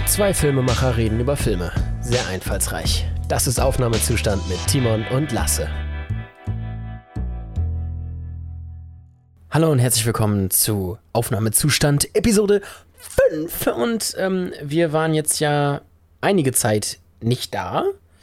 Zwei Filmemacher reden über Filme. Sehr einfallsreich. Das ist Aufnahmezustand mit Timon und Lasse. Hallo und herzlich willkommen zu Aufnahmezustand Episode 5. Und wir waren jetzt ja einige Zeit nicht da.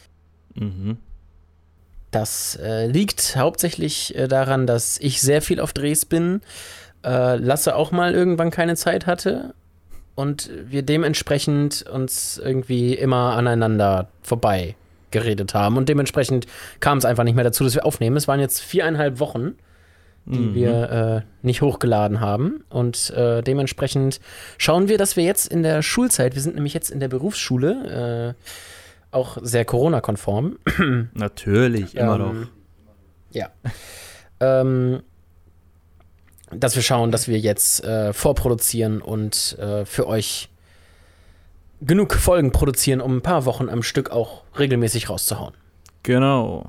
Das liegt hauptsächlich daran, dass ich sehr viel auf Drehs bin, Lasse auch mal irgendwann keine Zeit hatte und wir dementsprechend uns irgendwie immer aneinander vorbei geredet haben und dementsprechend kam es einfach nicht mehr dazu, dass wir aufnehmen. Es waren jetzt 4,5 Wochen, die wir nicht hochgeladen haben und dementsprechend schauen wir, dass wir jetzt in der Schulzeit, wir sind nämlich jetzt in der Berufsschule, auch sehr Corona-konform. Natürlich, immer noch. Ja. Dass wir schauen, dass wir jetzt vorproduzieren und für euch genug Folgen produzieren, um ein paar Wochen am Stück auch regelmäßig rauszuhauen. Genau.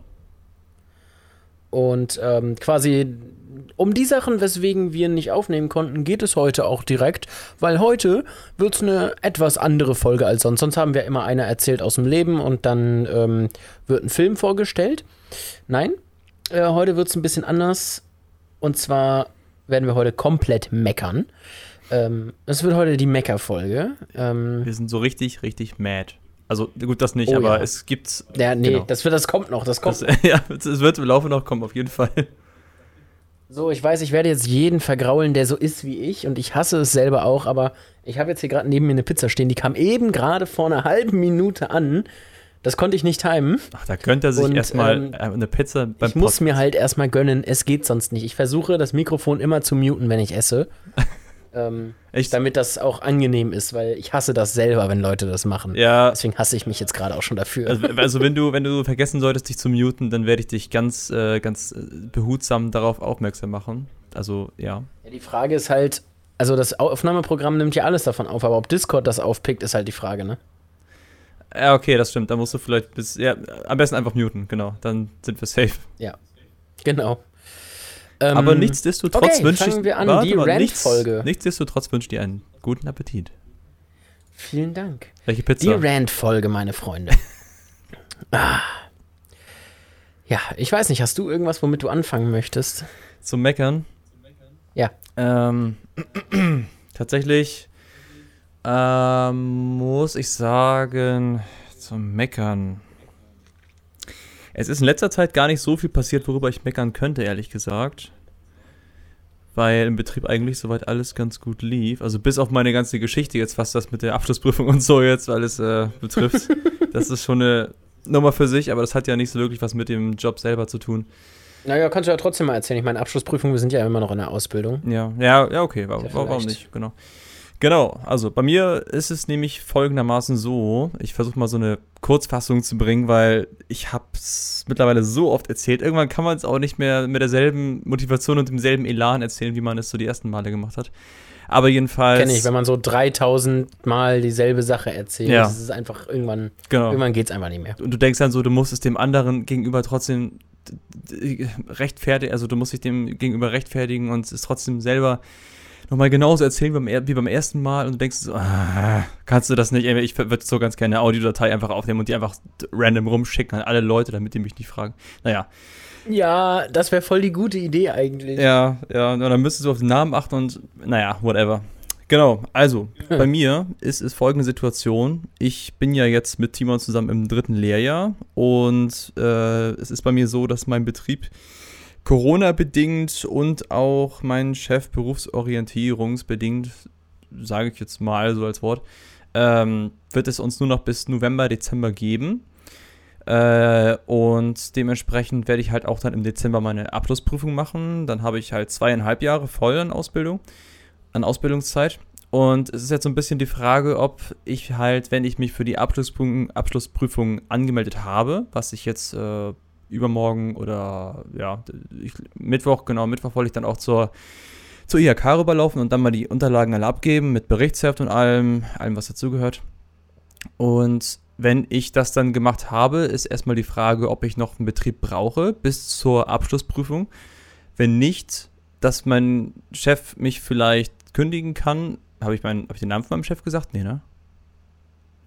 Und quasi um die Sachen, weswegen wir nicht aufnehmen konnten, geht es heute auch direkt, weil heute wird es eine etwas andere Folge als sonst. Sonst haben wir immer einer erzählt aus dem Leben und dann wird ein Film vorgestellt. Nein, heute wird es ein bisschen anders. Und zwar werden wir heute komplett meckern. Es wird heute die Mecker-Folge. Wir sind so richtig, richtig mad. Also gut, das nicht, aber ja. Es gibt's. Ja, nee, genau. das kommt noch. Das wird im Laufe noch kommen, auf jeden Fall. So, ich weiß, ich werde jetzt jeden vergraulen, der so ist wie ich. Und ich hasse es selber auch, aber ich habe jetzt hier gerade neben mir eine Pizza stehen. Die kam eben gerade vor einer halben Minute an. Das konnte ich nicht timen. Ach, da könnte er sich erstmal eine Pizza beim Ich muss mir halt erstmal gönnen, es geht sonst nicht. Ich versuche, das Mikrofon immer zu muten, wenn ich esse. Damit das auch angenehm ist, weil ich hasse das selber, wenn Leute das machen. Ja. Deswegen hasse ich mich jetzt gerade auch schon dafür. Also wenn du vergessen solltest, dich zu muten, dann werde ich dich ganz behutsam darauf aufmerksam machen. Also, ja. Ja, die Frage ist halt, also das Aufnahmeprogramm nimmt ja alles davon auf, aber ob Discord das aufpickt, ist halt die Frage, ne? Ja, okay, das stimmt. Da musst du vielleicht am besten einfach muten, genau. Dann sind wir safe. Ja, genau. Aber nichtsdestotrotz wünsche ich... fangen wir an, die Rant-Folge. Nichtsdestotrotz wünsche ich dir einen guten Appetit. Vielen Dank. Welche Pizza? Die Rant-Folge, meine Freunde. Ja, ich weiß nicht, hast du irgendwas, womit du anfangen möchtest? Zum Meckern? Ja. Tatsächlich muss ich sagen, zum Meckern. Es ist in letzter Zeit gar nicht so viel passiert, worüber ich meckern könnte, ehrlich gesagt. Weil im Betrieb eigentlich soweit alles ganz gut lief. Also bis auf meine ganze Geschichte jetzt, was das mit der Abschlussprüfung und so jetzt alles betrifft. Das ist schon eine Nummer für sich, aber das hat ja nicht so wirklich was mit dem Job selber zu tun. Naja, kannst du ja trotzdem mal erzählen. Ich meine, Abschlussprüfung, wir sind ja immer noch in der Ausbildung. Ja, okay. Warum nicht? Genau, also bei mir ist es nämlich folgendermaßen so, ich versuche mal so eine Kurzfassung zu bringen, weil ich habe es mittlerweile so oft erzählt, irgendwann kann man es auch nicht mehr mit derselben Motivation und demselben Elan erzählen, wie man es so die ersten Male gemacht hat. Aber jedenfalls... Kenne ich, wenn man so 3000 Mal dieselbe Sache erzählt, ja. Das ist einfach irgendwann geht es einfach nicht mehr. Und du denkst dann so, du musst es dem anderen gegenüber trotzdem rechtfertigen, also du musst dich dem gegenüber rechtfertigen und es trotzdem selber nochmal genauso erzählen wie beim ersten Mal und du denkst so, kannst du das nicht? Ich würde so ganz gerne eine Audiodatei einfach aufnehmen und die einfach random rumschicken an alle Leute, damit die mich nicht fragen. Naja. Ja, das wäre voll die gute Idee eigentlich. Ja, und dann müsstest du auf den Namen achten und naja, whatever. Genau, also bei mir ist es folgende Situation. Ich bin ja jetzt mit Timon zusammen im 3. Lehrjahr und es ist bei mir so, dass mein Betrieb Corona-bedingt und auch mein Chef berufsorientierungsbedingt, sage ich jetzt mal so als Wort, wird es uns nur noch bis November, Dezember geben. Und dementsprechend werde ich halt auch dann im Dezember meine Abschlussprüfung machen. Dann habe ich halt 2,5 Jahre voll an Ausbildungszeit. Und es ist jetzt so ein bisschen die Frage, ob ich halt, wenn ich mich für die Abschlussprüfung angemeldet habe, was ich jetzt übermorgen oder Mittwoch wollte ich dann auch zur IHK rüberlaufen und dann mal die Unterlagen alle abgeben mit Berichtsheft und allem, was dazugehört. Und wenn ich das dann gemacht habe, ist erstmal die Frage, ob ich noch einen Betrieb brauche bis zur Abschlussprüfung. Wenn nicht, dass mein Chef mich vielleicht kündigen kann. Habe ich den Namen von meinem Chef gesagt? Nee, ne?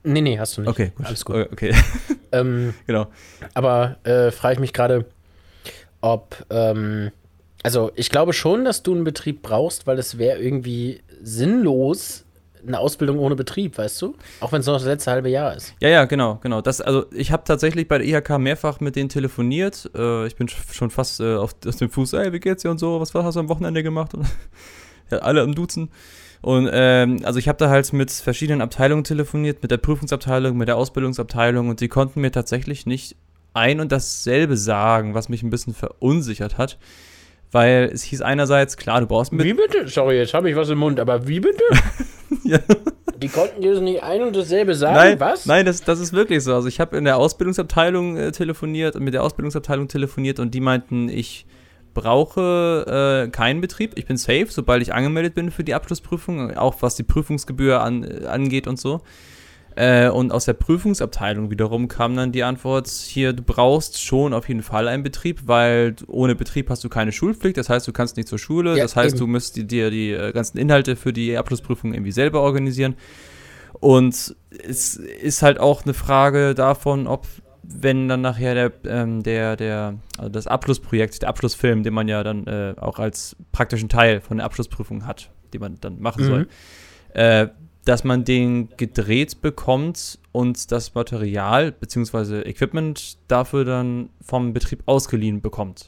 Nee, hast du nicht. Okay, gut. Alles gut. Okay. Genau. Aber frage ich mich gerade, ob, also ich glaube schon, dass du einen Betrieb brauchst, weil es wäre irgendwie sinnlos, eine Ausbildung ohne Betrieb, weißt du? Auch wenn es noch das letzte halbe Jahr ist. Ja, genau. Also ich habe tatsächlich bei der IHK mehrfach mit denen telefoniert. Ich bin schon fast aus dem Fuß, ey, wie geht's dir und so, was hast du am Wochenende gemacht? Und ja, alle am Duzen. Und also ich habe da halt mit verschiedenen Abteilungen telefoniert, mit der Prüfungsabteilung, mit der Ausbildungsabteilung und die konnten mir tatsächlich nicht ein und dasselbe sagen, was mich ein bisschen verunsichert hat. Weil es hieß einerseits, klar, du brauchst Wie bitte? Sorry, jetzt habe ich was im Mund, aber wie bitte? Ja. Die konnten dir das nicht ein und dasselbe sagen? Nein, was? Nein, das ist wirklich so. Also ich habe in der Ausbildungsabteilung telefoniert und mit der Ausbildungsabteilung telefoniert und die meinten, ich brauche keinen Betrieb. Ich bin safe, sobald ich angemeldet bin für die Abschlussprüfung, auch was die Prüfungsgebühr angeht und so. Und aus der Prüfungsabteilung wiederum kam dann die Antwort, hier, du brauchst schon auf jeden Fall einen Betrieb, weil ohne Betrieb hast du keine Schulpflicht, das heißt, du kannst nicht zur Schule, ja, das heißt, du musst dir die ganzen Inhalte für die Abschlussprüfung irgendwie selber organisieren. Und es ist halt auch eine Frage davon, ob, wenn dann nachher also das Abschlussprojekt, der Abschlussfilm, den man ja dann auch als praktischen Teil von der Abschlussprüfung hat, den man dann machen soll, dass man den gedreht bekommt und das Material bzw. Equipment dafür dann vom Betrieb ausgeliehen bekommt.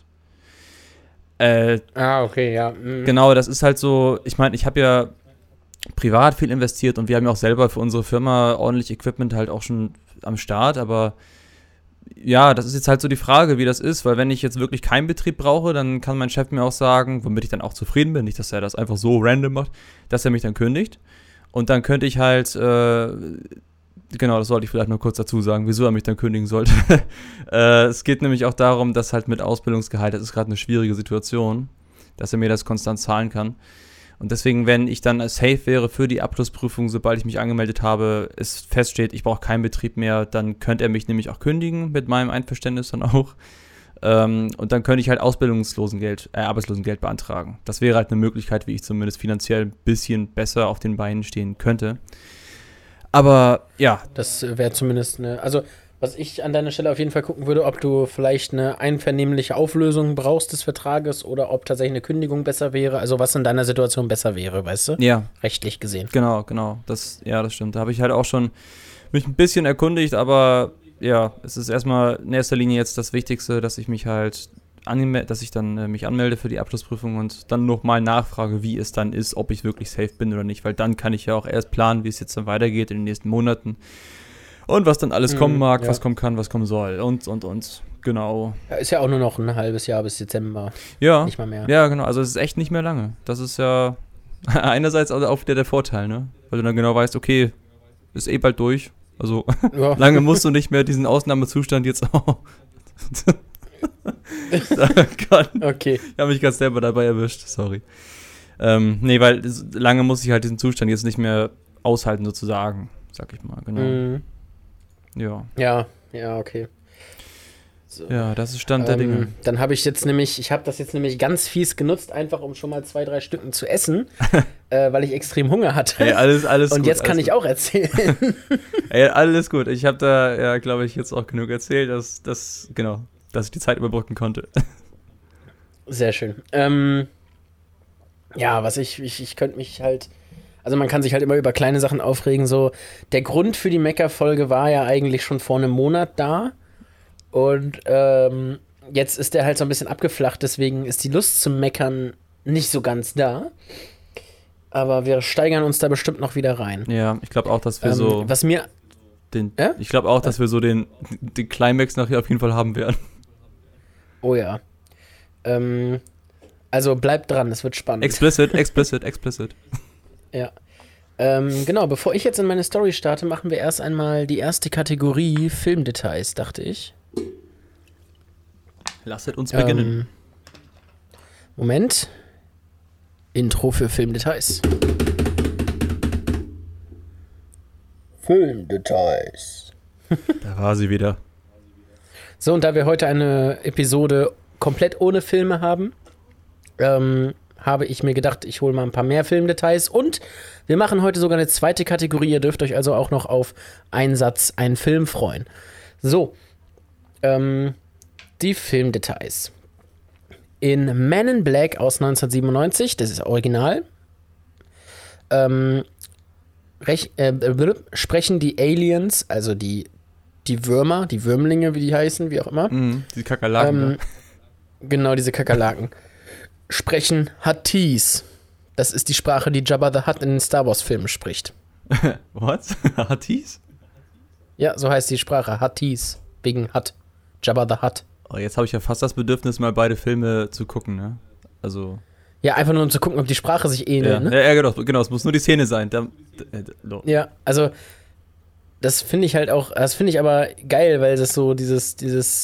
Okay, ja. Genau, das ist halt so, ich meine, ich habe ja privat viel investiert und wir haben ja auch selber für unsere Firma ordentlich Equipment halt auch schon am Start, aber ja, das ist jetzt halt so die Frage, wie das ist, weil wenn ich jetzt wirklich keinen Betrieb brauche, dann kann mein Chef mir auch sagen, womit ich dann auch zufrieden bin, nicht, dass er das einfach so random macht, dass er mich dann kündigt. Und dann könnte ich halt, genau, das sollte ich vielleicht noch kurz dazu sagen, wieso er mich dann kündigen sollte. Es geht nämlich auch darum, dass halt mit Ausbildungsgehalt, das ist gerade eine schwierige Situation, dass er mir das konstant zahlen kann. Und deswegen, wenn ich dann safe wäre für die Abschlussprüfung, sobald ich mich angemeldet habe, es feststeht, ich brauche keinen Betrieb mehr, dann könnte er mich nämlich auch kündigen, mit meinem Einverständnis dann auch. Und dann könnte ich halt Arbeitslosengeld beantragen. Das wäre halt eine Möglichkeit, wie ich zumindest finanziell ein bisschen besser auf den Beinen stehen könnte. Aber ja. Das wäre zumindest also was ich an deiner Stelle auf jeden Fall gucken würde, ob du vielleicht eine einvernehmliche Auflösung brauchst des Vertrages oder ob tatsächlich eine Kündigung besser wäre, also was in deiner Situation besser wäre, weißt du? Ja. Rechtlich gesehen. Genau. Das stimmt. Da habe ich halt auch schon mich ein bisschen erkundigt, aber ja, es ist erstmal in erster Linie jetzt das Wichtigste, dass ich mich halt mich anmelde für die Abschlussprüfung und dann nochmal nachfrage, wie es dann ist, ob ich wirklich safe bin oder nicht, weil dann kann ich ja auch erst planen, wie es jetzt dann weitergeht in den nächsten Monaten und was dann alles kommen mag, ja. Was kommen kann, was kommen soll und, genau. Ja, ist ja auch nur noch ein halbes Jahr bis Dezember. Ja. Nicht mal mehr. Ja, genau, also es ist echt nicht mehr lange. Das ist ja einerseits auch wieder der Vorteil, ne, weil du dann genau weißt, okay, ist eh bald durch. Also, ja. Lange musst du nicht mehr diesen Ausnahmezustand jetzt auch. Okay. Ich habe mich gerade selber dabei erwischt, sorry. Nee, weil lange muss ich halt diesen Zustand jetzt nicht mehr aushalten, sozusagen, sag ich mal, genau. Ja, okay. So. Ja, das ist Stand der Dinge. Dann habe ich das jetzt nämlich ganz fies genutzt, einfach um schon mal 2-3 Stücken zu essen, weil ich extrem Hunger hatte. Ey, alles und gut, jetzt kann ich auch erzählen. Ey, alles gut. Ich habe da, ja, glaube ich, jetzt auch genug erzählt, dass ich die Zeit überbrücken konnte. Sehr schön. Ja, ich könnte mich halt, also man kann sich halt immer über kleine Sachen aufregen, so. Der Grund für die Mecker-Folge war ja eigentlich schon vor einem Monat da. Und jetzt ist der halt so ein bisschen abgeflacht, deswegen ist die Lust zum Meckern nicht so ganz da. Aber wir steigern uns da bestimmt noch wieder rein. Ja, ich glaube auch, dass wir ich glaube auch, dass wir so den Climax nachher auf jeden Fall haben werden. Oh ja. Also bleibt dran, es wird spannend. Explicit. Ja. Genau, bevor ich jetzt in meine Story starte, machen wir erst einmal die erste Kategorie Filmdetails, dachte ich. Lasset uns beginnen. Moment. Intro für Filmdetails. Filmdetails. Da war sie wieder. So, und da wir heute eine Episode komplett ohne Filme haben, habe ich mir gedacht, ich hole mal ein paar mehr Filmdetails. Und wir machen heute sogar eine zweite Kategorie. Ihr dürft euch also auch noch auf einen Satz, einen Film freuen. So, die Filmdetails. In Men in Black aus 1997, das ist original, sprechen die Aliens, also die Würmer, die Würmlinge, wie die heißen, wie auch immer. Die Kakerlaken. Genau, diese Kakerlaken. Sprechen Huttese. Das ist die Sprache, die Jabba the Hutt in den Star Wars-Filmen spricht. What? Huttese? Ja, so heißt die Sprache. Huttese. Wegen Hutt. Jabba the Hutt. Oh, jetzt habe ich ja fast das Bedürfnis, mal beide Filme zu gucken, ne? Also. Ja, einfach nur um zu gucken, ob die Sprache sich ähnelt, ne? Ja, genau, es muss nur die Szene sein. Ja, also das finde ich halt auch, das finde ich aber geil, weil das so dieses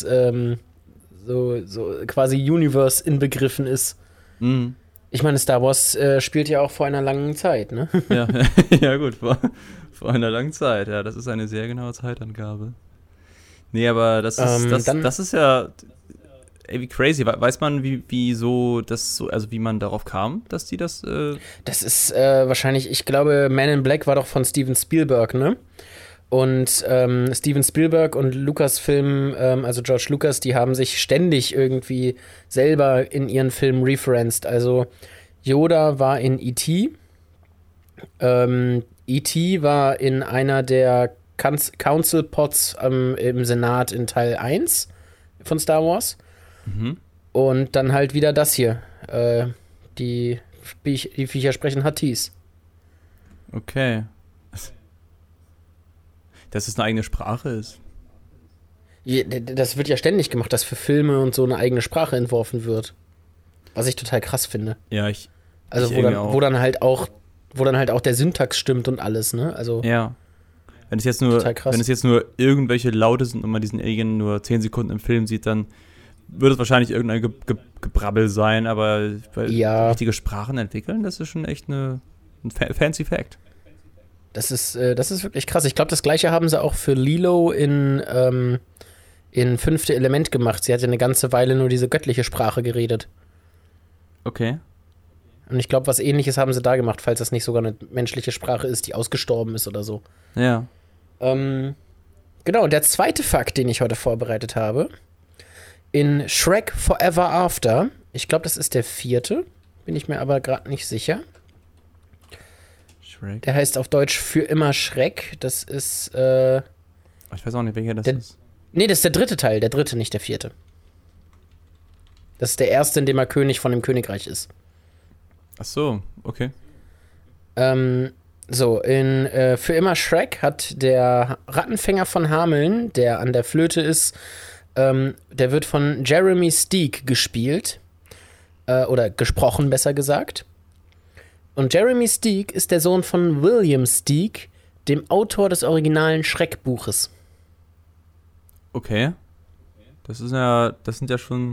so quasi Universe inbegriffen ist. Mhm. Ich meine, Star Wars spielt ja auch vor einer langen Zeit, ne? Ja, ja gut, vor einer langen Zeit. Ja, das ist eine sehr genaue Zeitangabe. Nee, aber das ist ja wie crazy. Weiß man, wieso das so, also wie man darauf kam, dass die das Das ist wahrscheinlich, ich glaube, Man in Black war doch von Steven Spielberg, ne? Und Steven Spielberg und Lucasfilm, also George Lucas, die haben sich ständig irgendwie selber in ihren Filmen referenced. Also Yoda war in E.T. E.T. war in einer der Council Pods im Senat in Teil 1 von Star Wars. Mhm. Und dann halt wieder das hier. Die Viecher sprechen Huttese. Okay. Dass es eine eigene Sprache ist. Das wird ja ständig gemacht, dass für Filme und so eine eigene Sprache entworfen wird. Was ich total krass finde. Ja, also wo dann halt auch der Syntax stimmt und alles, ne? Also ja. Wenn es jetzt nur irgendwelche Laute sind und man diesen Alien nur 10 Sekunden im Film sieht, dann würde es wahrscheinlich irgendein Gebrabbel sein, aber richtige Sprachen entwickeln, das ist schon echt ein fancy Fact. Das ist wirklich krass. Ich glaube, das Gleiche haben sie auch für Lilo in Fünfte Element gemacht. Sie hat ja eine ganze Weile nur diese göttliche Sprache geredet. Okay. Und ich glaube, was Ähnliches haben sie da gemacht, falls das nicht sogar eine menschliche Sprache ist, die ausgestorben ist oder so. Ja. Genau, und der zweite Fakt, den ich heute vorbereitet habe, in Shrek Forever After, ich glaube, das ist der 4., bin ich mir aber gerade nicht sicher. Shrek. Der heißt auf Deutsch Für immer Schreck. Das ist, Ich weiß auch nicht, welcher das ist. Nee, das ist der 3. Teil, der 3., nicht der 4. Das ist der erste, in dem er König von dem Königreich ist. Ach so, okay. So, in Für immer Shrek hat der Rattenfänger von Hameln, der an der Flöte ist, der wird von Jeremy Steig gespielt. Oder gesprochen, besser gesagt. Und Jeremy Steig ist der Sohn von William Steig, dem Autor des originalen Shrek-Buches. Okay. Das sind ja schon.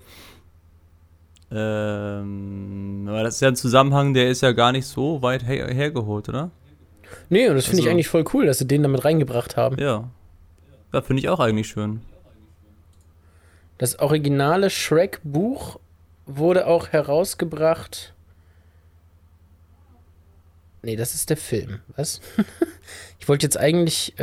Aber das ist ja ein Zusammenhang, der ist ja gar nicht so weit hergeholt, oder? Nee, und das finde ich eigentlich voll cool, dass sie den damit reingebracht haben. Ja. Ja, finde ich auch eigentlich schön. Das originale Shrek-Buch wurde auch herausgebracht. Nee, das ist der Film. Was? Ich wollte jetzt eigentlich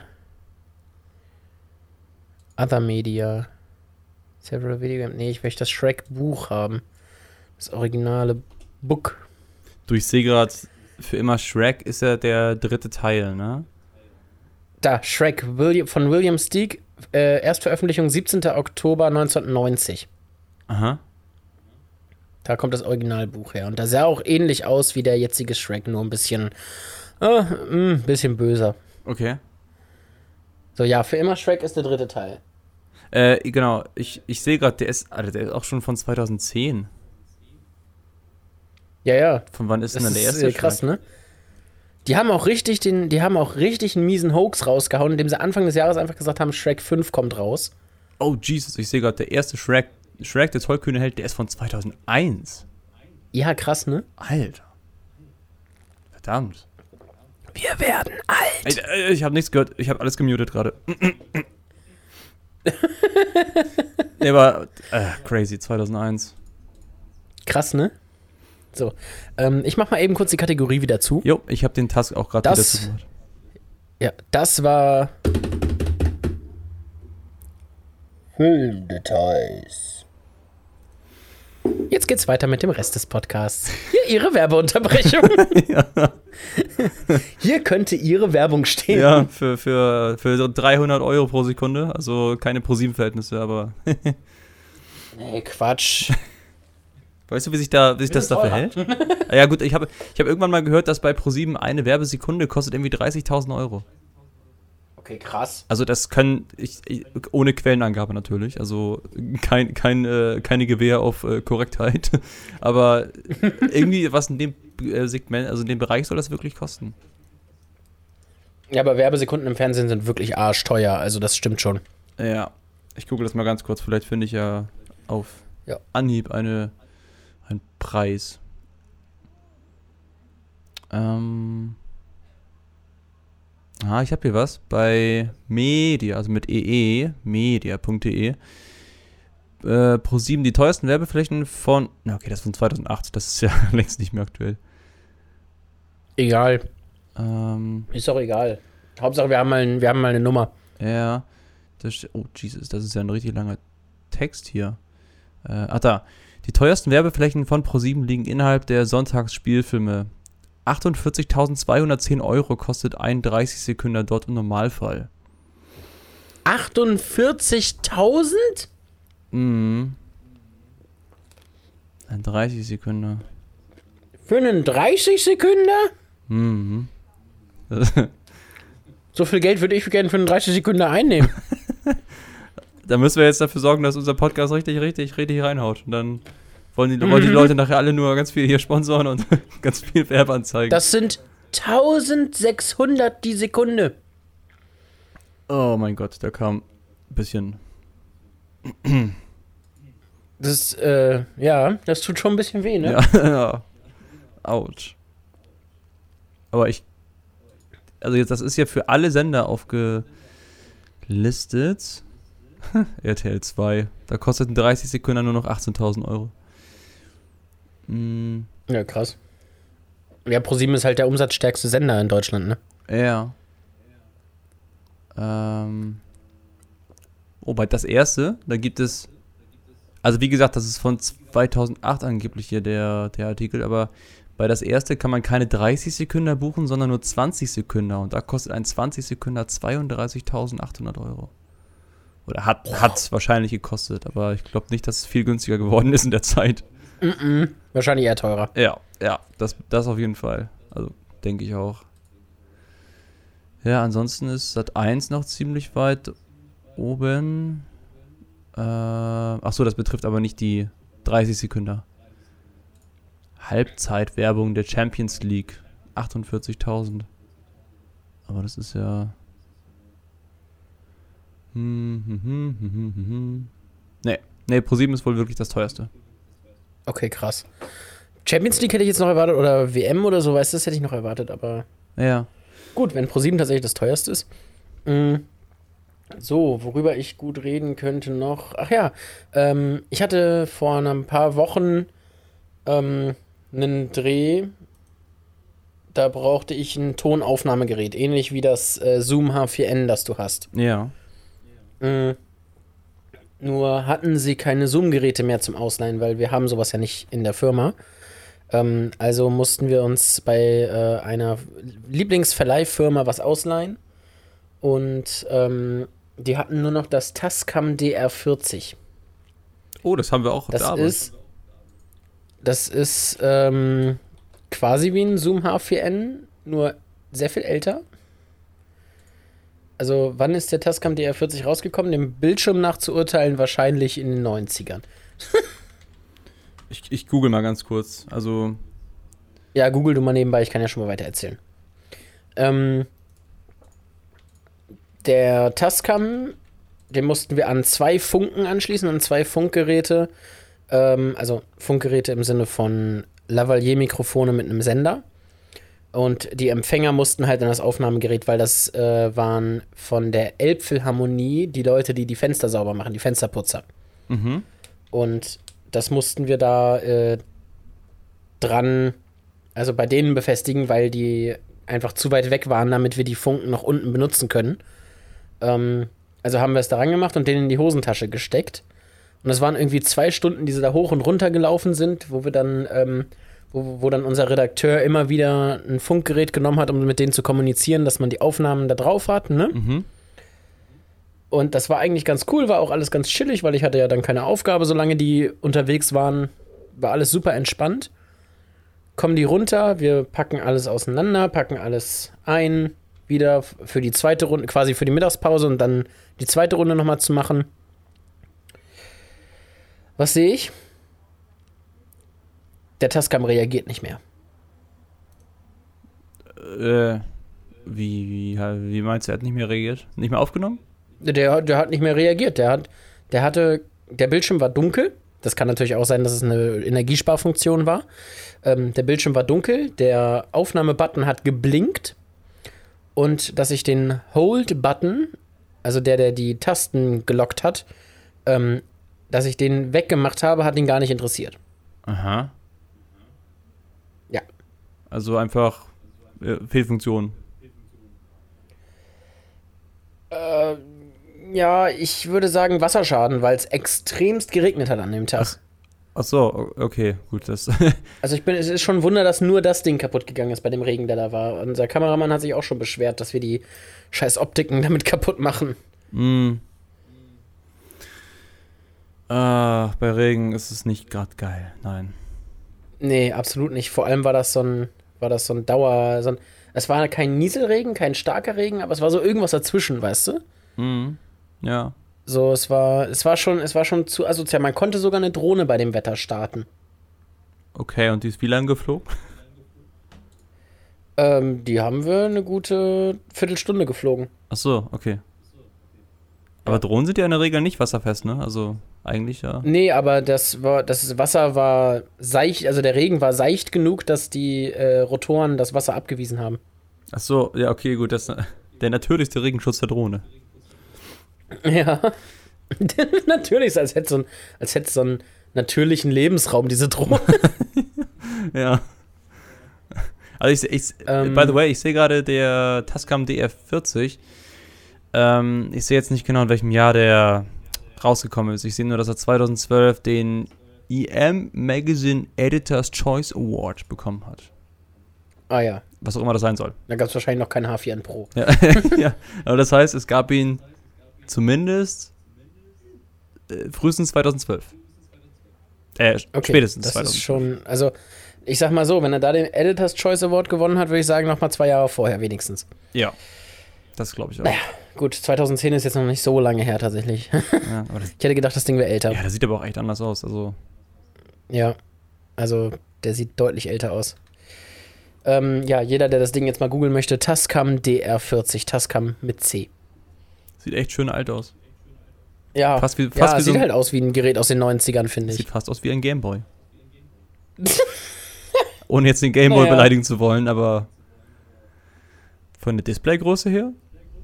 Other Media. Several Video Games. Nee, ich möchte das Shrek-Buch haben. Das originale Book. Ich sehe gerade, Für immer Shrek ist ja der 3. Teil, ne? Da, Shrek von William Steig. Erstveröffentlichung 17. Oktober 1990. Aha. Da kommt das Originalbuch her. Und da sah auch ähnlich aus wie der jetzige Shrek, nur ein bisschen böser. Okay. So, ja, Für immer Shrek ist der 3. Teil. Genau, ich sehe gerade, der ist auch schon von 2010. Ja. Von wann ist denn dann der erste Shrek? Krass, ne? Die haben auch richtig einen miesen Hoax rausgehauen, indem sie Anfang des Jahres einfach gesagt haben, Shrek 5 kommt raus. Oh, Jesus, ich sehe gerade, der erste Shrek, der tollkühne Held, der ist von 2001. Ja, krass, ne? Alter. Verdammt. Wir werden alt. Ich habe nichts gehört, ich habe alles gemutet gerade. Nee, aber crazy, 2001. Krass, ne? So, ich mach mal eben kurz die Kategorie wieder zu. Jo, ich habe den Task auch gerade wieder zugemacht. Ja, das war Filmdetails. Jetzt geht's weiter mit dem Rest des Podcasts. Hier Ihre Werbeunterbrechung. Ja. Hier könnte Ihre Werbung stehen. Ja, für so 300 Euro pro Sekunde. Also keine ProSieben-Verhältnisse, aber. Nee, Quatsch. Weißt du, wie sich das da verhält? Ja gut, ich hab irgendwann mal gehört, dass bei ProSieben eine Werbesekunde kostet irgendwie 30.000 Euro. Okay, krass. Also das können, ohne Quellenangabe natürlich, also keine Gewähr auf Korrektheit, aber irgendwie was in dem Segment, also in dem Bereich soll das wirklich kosten. Ja, aber Werbesekunden im Fernsehen sind wirklich arschteuer, also das stimmt schon. Ja, ich google das mal ganz kurz, vielleicht finde ich ja auf Anhieb einen Preis. Ich habe hier was bei Media, also mit media.de. ProSieben die teuersten Werbeflächen von, okay, das ist von 2008, das ist ja längst nicht mehr aktuell. Egal. Ist doch egal. Hauptsache, wir haben mal eine Nummer. Ja, oh Jesus, das ist ja ein richtig langer Text hier. Da. Die teuersten Werbeflächen von ProSieben liegen innerhalb der Sonntagsspielfilme. 48.210 Euro kostet ein 30-Sekünder dort im Normalfall. 48.000? Mhm. Ein 30-Sekünder. Für einen 30-Sekünder? Mhm. So viel Geld würde ich gerne für einen 30-Sekünder einnehmen. Da müssen wir jetzt dafür sorgen, dass unser Podcast richtig reinhaut. Und dann wollen die Leute nachher alle nur ganz viel hier sponsoren und ganz viel Werbeanzeigen. Das sind 1600 die Sekunde. Oh mein Gott, da kam ein bisschen. Das, das tut schon ein bisschen weh, ne? Ja. Autsch. Aber also jetzt, das ist ja für alle Sender aufgelistet. RTL 2. Da kostet ein 30 Sekunden nur noch 18.000 Euro. Ja, krass. Ja, ProSieben ist halt der umsatzstärkste Sender in Deutschland, ne? Ja. Bei das erste, da gibt es, also wie gesagt, das ist von 2008 angeblich hier der Artikel, aber bei das erste kann man keine 30 Sekunden buchen, sondern nur 20 Sekunden und da kostet ein 20 Sekunden 32.800 Euro. Oder hat wahrscheinlich gekostet, aber ich glaube nicht, dass es viel günstiger geworden ist in der Zeit. Wahrscheinlich eher teurer. Ja, das auf jeden Fall. Also, denke ich auch. Ja, ansonsten ist Sat.1 noch ziemlich weit oben. Achso, das betrifft aber nicht die 30 Sekunden. Halbzeitwerbung der Champions League. 48.000. Aber das ist ja... Nee, ProSieben ist wohl wirklich das teuerste. Okay, krass. Champions League hätte ich jetzt noch erwartet oder WM oder so, weißt du, das hätte ich noch erwartet, aber ja. Gut, wenn ProSieben tatsächlich das teuerste ist. So, worüber ich gut reden könnte noch. Ach ja, ich hatte vor ein paar Wochen einen Dreh, da brauchte ich ein Tonaufnahmegerät, ähnlich wie das Zoom H4n, das du hast. Ja. Nur hatten sie keine Zoom-Geräte mehr zum Ausleihen, weil wir haben sowas ja nicht in der Firma. Also mussten wir uns bei einer Lieblingsverleihfirma was ausleihen. Und die hatten nur noch das Tascam DR40. Oh, das haben wir auch auf der Arbeit. Das ist quasi wie ein Zoom H4n, nur sehr viel älter. Also, wann ist der Tascam DR40 rausgekommen? Dem Bildschirm nach zu urteilen, wahrscheinlich in den 90ern. Ich google mal ganz kurz. Also. Ja, google du mal nebenbei, ich kann ja schon mal weiter erzählen. Der Tascam, den mussten wir an 2 Funken anschließen, an 2 Funkgeräte. Also Funkgeräte im Sinne von Lavalier-Mikrofone mit einem Sender. Und die Empfänger mussten halt an das Aufnahmegerät, weil das waren von der Elbphilharmonie die Leute, die die Fenster sauber machen, die Fensterputzer. Mhm. Und das mussten wir da dran, also bei denen befestigen, weil die einfach zu weit weg waren, damit wir die Funken noch unten benutzen können. Also haben wir es daran gemacht und den in die Hosentasche gesteckt. Und das waren irgendwie 2 Stunden, die sie da hoch und runter gelaufen sind, wo wir dann, wo dann unser Redakteur immer wieder ein Funkgerät genommen hat, um mit denen zu kommunizieren, dass man die Aufnahmen da drauf hat, ne? Mhm. Und das war eigentlich ganz cool, war auch alles ganz chillig, weil ich hatte ja dann keine Aufgabe, solange die unterwegs waren, war alles super entspannt. Kommen die runter, wir packen alles auseinander, packen alles ein, wieder für die zweite Runde, quasi für die Mittagspause und dann die zweite Runde nochmal zu machen. Was sehe ich? Der Tascam reagiert nicht mehr. Wie meinst du, er hat nicht mehr reagiert? Nicht mehr aufgenommen? Der hat nicht mehr reagiert. Der Bildschirm war dunkel. Das kann natürlich auch sein, dass es eine Energiesparfunktion war. Der Bildschirm war dunkel, der Aufnahmebutton hat geblinkt und dass ich den Hold-Button, also der die Tasten gelockt hat, dass ich den weggemacht habe, hat ihn gar nicht interessiert. Aha. Ja. Also einfach Fehlfunktion. Ja, ich würde sagen Wasserschaden, weil es extremst geregnet hat an dem Tag. Ach so, okay, gut. Das Also es ist schon ein Wunder, dass nur das Ding kaputt gegangen ist bei dem Regen, der da war. Unser Kameramann hat sich auch schon beschwert, dass wir die scheiß Optiken damit kaputt machen. Bei Regen ist es nicht gerade geil, nein. Nee, absolut nicht. Vor allem war das so ein es war kein Nieselregen, kein starker Regen, aber es war so irgendwas dazwischen, weißt du? Ja. So, es war schon zu asozial. Man konnte sogar eine Drohne bei dem Wetter starten. Okay, und die ist wie lange geflogen? Die haben wir eine gute Viertelstunde geflogen. Ach so, okay. Aber Drohnen sind ja in der Regel nicht wasserfest, ne? Also eigentlich ja. Nee, aber das Wasser war seicht, also der Regen war seicht genug, dass die Rotoren das Wasser abgewiesen haben. Ach so, ja, okay, gut. Das ist der natürlichste Regenschutz der Drohne. Ja. Natürlich, als hätte es so einen natürlichen Lebensraum, diese Drohne. Ja. Also by the way, ich sehe gerade der Tascam DR40. Ich sehe jetzt nicht genau, in welchem Jahr der rausgekommen ist. Ich sehe nur, dass er 2012 den EM Magazine Editor's Choice Award bekommen hat. Ah ja. Was auch immer das sein soll. Da gab es wahrscheinlich noch kein H4N Pro. Ja, ja, aber das heißt, es gab ihn zumindest frühestens 2012. Okay, spätestens das 2012. ist schon, also ich sag mal so, wenn er da den Editor's Choice Award gewonnen hat, würde ich sagen, noch mal 2 Jahre vorher wenigstens. Ja, das glaube ich auch. Naja, gut, 2010 ist jetzt noch nicht so lange her tatsächlich. Ja, aber Ich hätte gedacht, das Ding wäre älter. ja, das sieht aber auch echt anders aus. Also Ja, also der sieht deutlich älter aus. Ja, jeder, der das Ding jetzt mal googeln möchte, Tascam DR40, Tascam mit C. sieht echt schön alt aus. Ja, Fast wie sieht so, halt aus wie ein Gerät aus den 90ern, finde ich. sieht fast aus wie ein Gameboy. Ohne jetzt den Gameboy beleidigen zu wollen, aber von der Displaygröße her?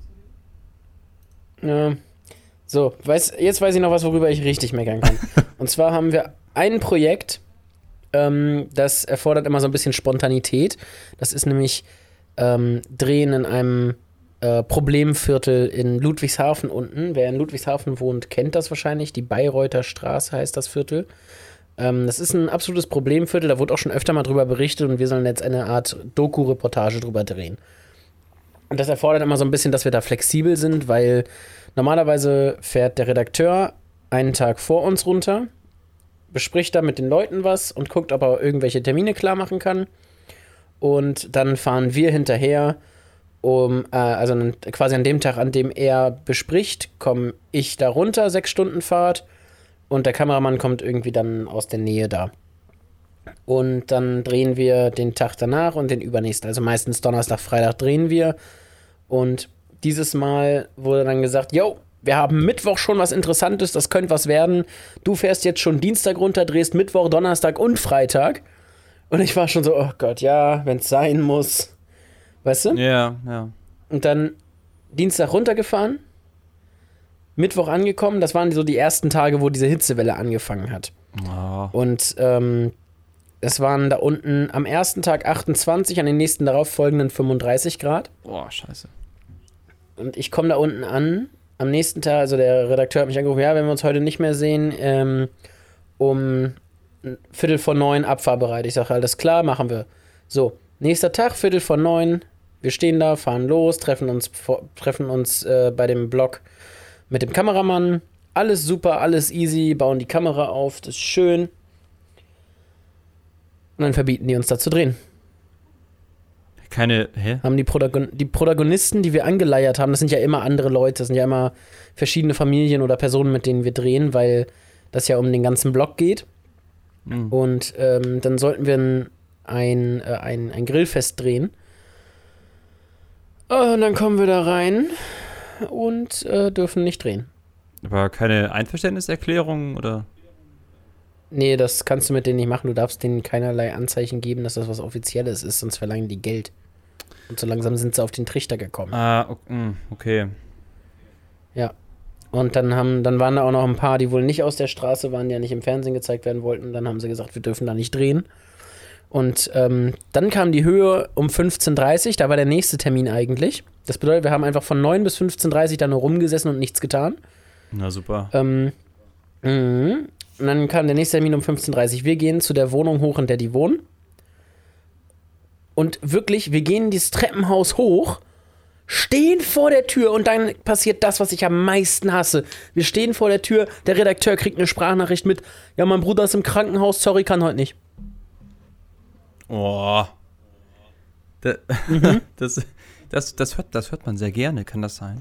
Ja. So, jetzt weiß ich noch was, worüber ich richtig meckern kann. Und zwar haben wir ein Projekt, das erfordert immer so ein bisschen Spontanität. Das ist nämlich Drehen in einem Problemviertel in Ludwigshafen unten. Wer in Ludwigshafen wohnt, kennt das wahrscheinlich. Die Bayreuther Straße heißt das Viertel. Das ist ein absolutes Problemviertel. Da wurde auch schon öfter mal drüber berichtet und wir sollen jetzt eine Art Doku-Reportage drüber drehen. Und das erfordert immer so ein bisschen, dass wir da flexibel sind, weil normalerweise fährt der Redakteur einen Tag vor uns runter, bespricht da mit den Leuten was und guckt, ob er irgendwelche Termine klar machen kann. Und dann fahren wir hinterher, also quasi an dem Tag, an dem er bespricht, komme ich da runter, 6 Stunden Fahrt und der Kameramann kommt irgendwie dann aus der Nähe da. Und dann drehen wir den Tag danach und den übernächsten. Also meistens Donnerstag, Freitag drehen wir. Und dieses Mal wurde dann gesagt, yo, wir haben Mittwoch schon was Interessantes, das könnte was werden. Du fährst jetzt schon Dienstag runter, drehst Mittwoch, Donnerstag und Freitag. Und ich war schon so, oh Gott, ja, wenn es sein muss. Weißt du? Ja, ja. Und dann Dienstag runtergefahren, Mittwoch angekommen. Das waren so die ersten Tage, wo diese Hitzewelle angefangen hat. Oh. Und Es waren da unten am ersten Tag 28, an den nächsten darauf folgenden 35 Grad. Boah, scheiße. Und ich komme da unten an. Am nächsten Tag, also der Redakteur hat mich angerufen, ja, wenn wir uns heute nicht mehr sehen, um 8:45 abfahrbereit. Ich sage, alles klar, machen wir. So, nächster Tag, 8:45, wir stehen da, fahren los, treffen uns bei dem Block mit dem Kameramann. Alles super, alles easy, bauen die Kamera auf, das ist schön. Und dann verbieten die uns da zu drehen. Haben die Protagonisten, die wir angeleiert haben, das sind ja immer andere Leute, das sind ja immer verschiedene Familien oder Personen, mit denen wir drehen, weil das ja um den ganzen Block geht. Mhm. Und dann sollten wir ein Grillfest drehen. Und dann kommen wir da rein und dürfen nicht drehen. Aber keine Einverständniserklärung, oder? Nee, das kannst du mit denen nicht machen. Du darfst denen keinerlei Anzeichen geben, dass das was Offizielles ist, sonst verlangen die Geld. Und so langsam sind sie auf den Trichter gekommen. Okay. Ja. Und dann waren da auch noch ein paar, die wohl nicht aus der Straße waren, die ja nicht im Fernsehen gezeigt werden wollten. Dann haben sie gesagt, wir dürfen da nicht drehen. Und dann kam die Höhe um 15:30 Uhr, da war der nächste Termin eigentlich. Das bedeutet, wir haben einfach von 9 bis 15:30 Uhr da nur rumgesessen und nichts getan. Na super. Und dann kam der nächste Termin um 15:30 Uhr. Wir gehen zu der Wohnung hoch, in der die wohnen. Und wirklich, wir gehen dieses Treppenhaus hoch, stehen vor der Tür und dann passiert das, was ich am meisten hasse. Wir stehen vor der Tür, der Redakteur kriegt eine Sprachnachricht mit, ja, mein Bruder ist im Krankenhaus, sorry, kann heute nicht. Oh. Das hört man sehr gerne, kann das sein?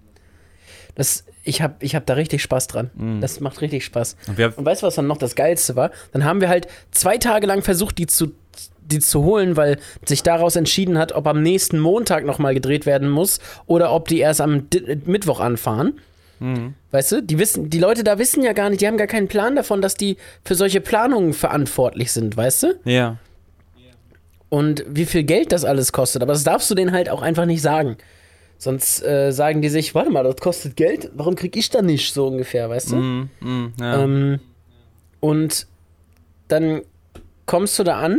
Ich hab da richtig Spaß dran. Das macht richtig Spaß. Und weißt du, was dann noch das Geilste war? Dann haben wir halt 2 Tage lang versucht, die zu holen, weil sich daraus entschieden hat, ob am nächsten Montag nochmal gedreht werden muss oder ob die erst am Mittwoch anfahren. Mhm. Weißt du, die Leute da wissen ja gar nicht, die haben gar keinen Plan davon, dass die für solche Planungen verantwortlich sind, weißt du? Ja. Und wie viel Geld das alles kostet, aber das darfst du denen halt auch einfach nicht sagen. Sonst sagen die sich, warte mal, das kostet Geld, warum krieg ich da nicht, so ungefähr, weißt du? Ja. Und dann kommst du da an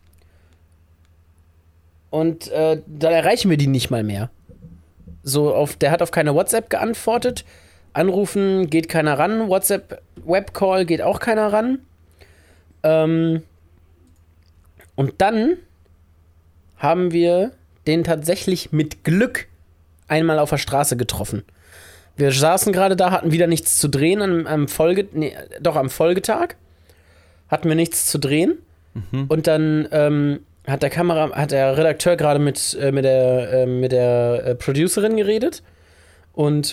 und dann erreichen wir die nicht mal mehr. Der hat auf keine WhatsApp geantwortet, anrufen geht keiner ran, WhatsApp Webcall geht auch keiner ran. Und dann haben wir den tatsächlich mit Glück einmal auf der Straße getroffen. Wir saßen gerade da, hatten wieder nichts zu drehen am Folgetag. Hatten wir nichts zu drehen. Mhm. Und dann hat der Redakteur gerade mit der Producerin geredet und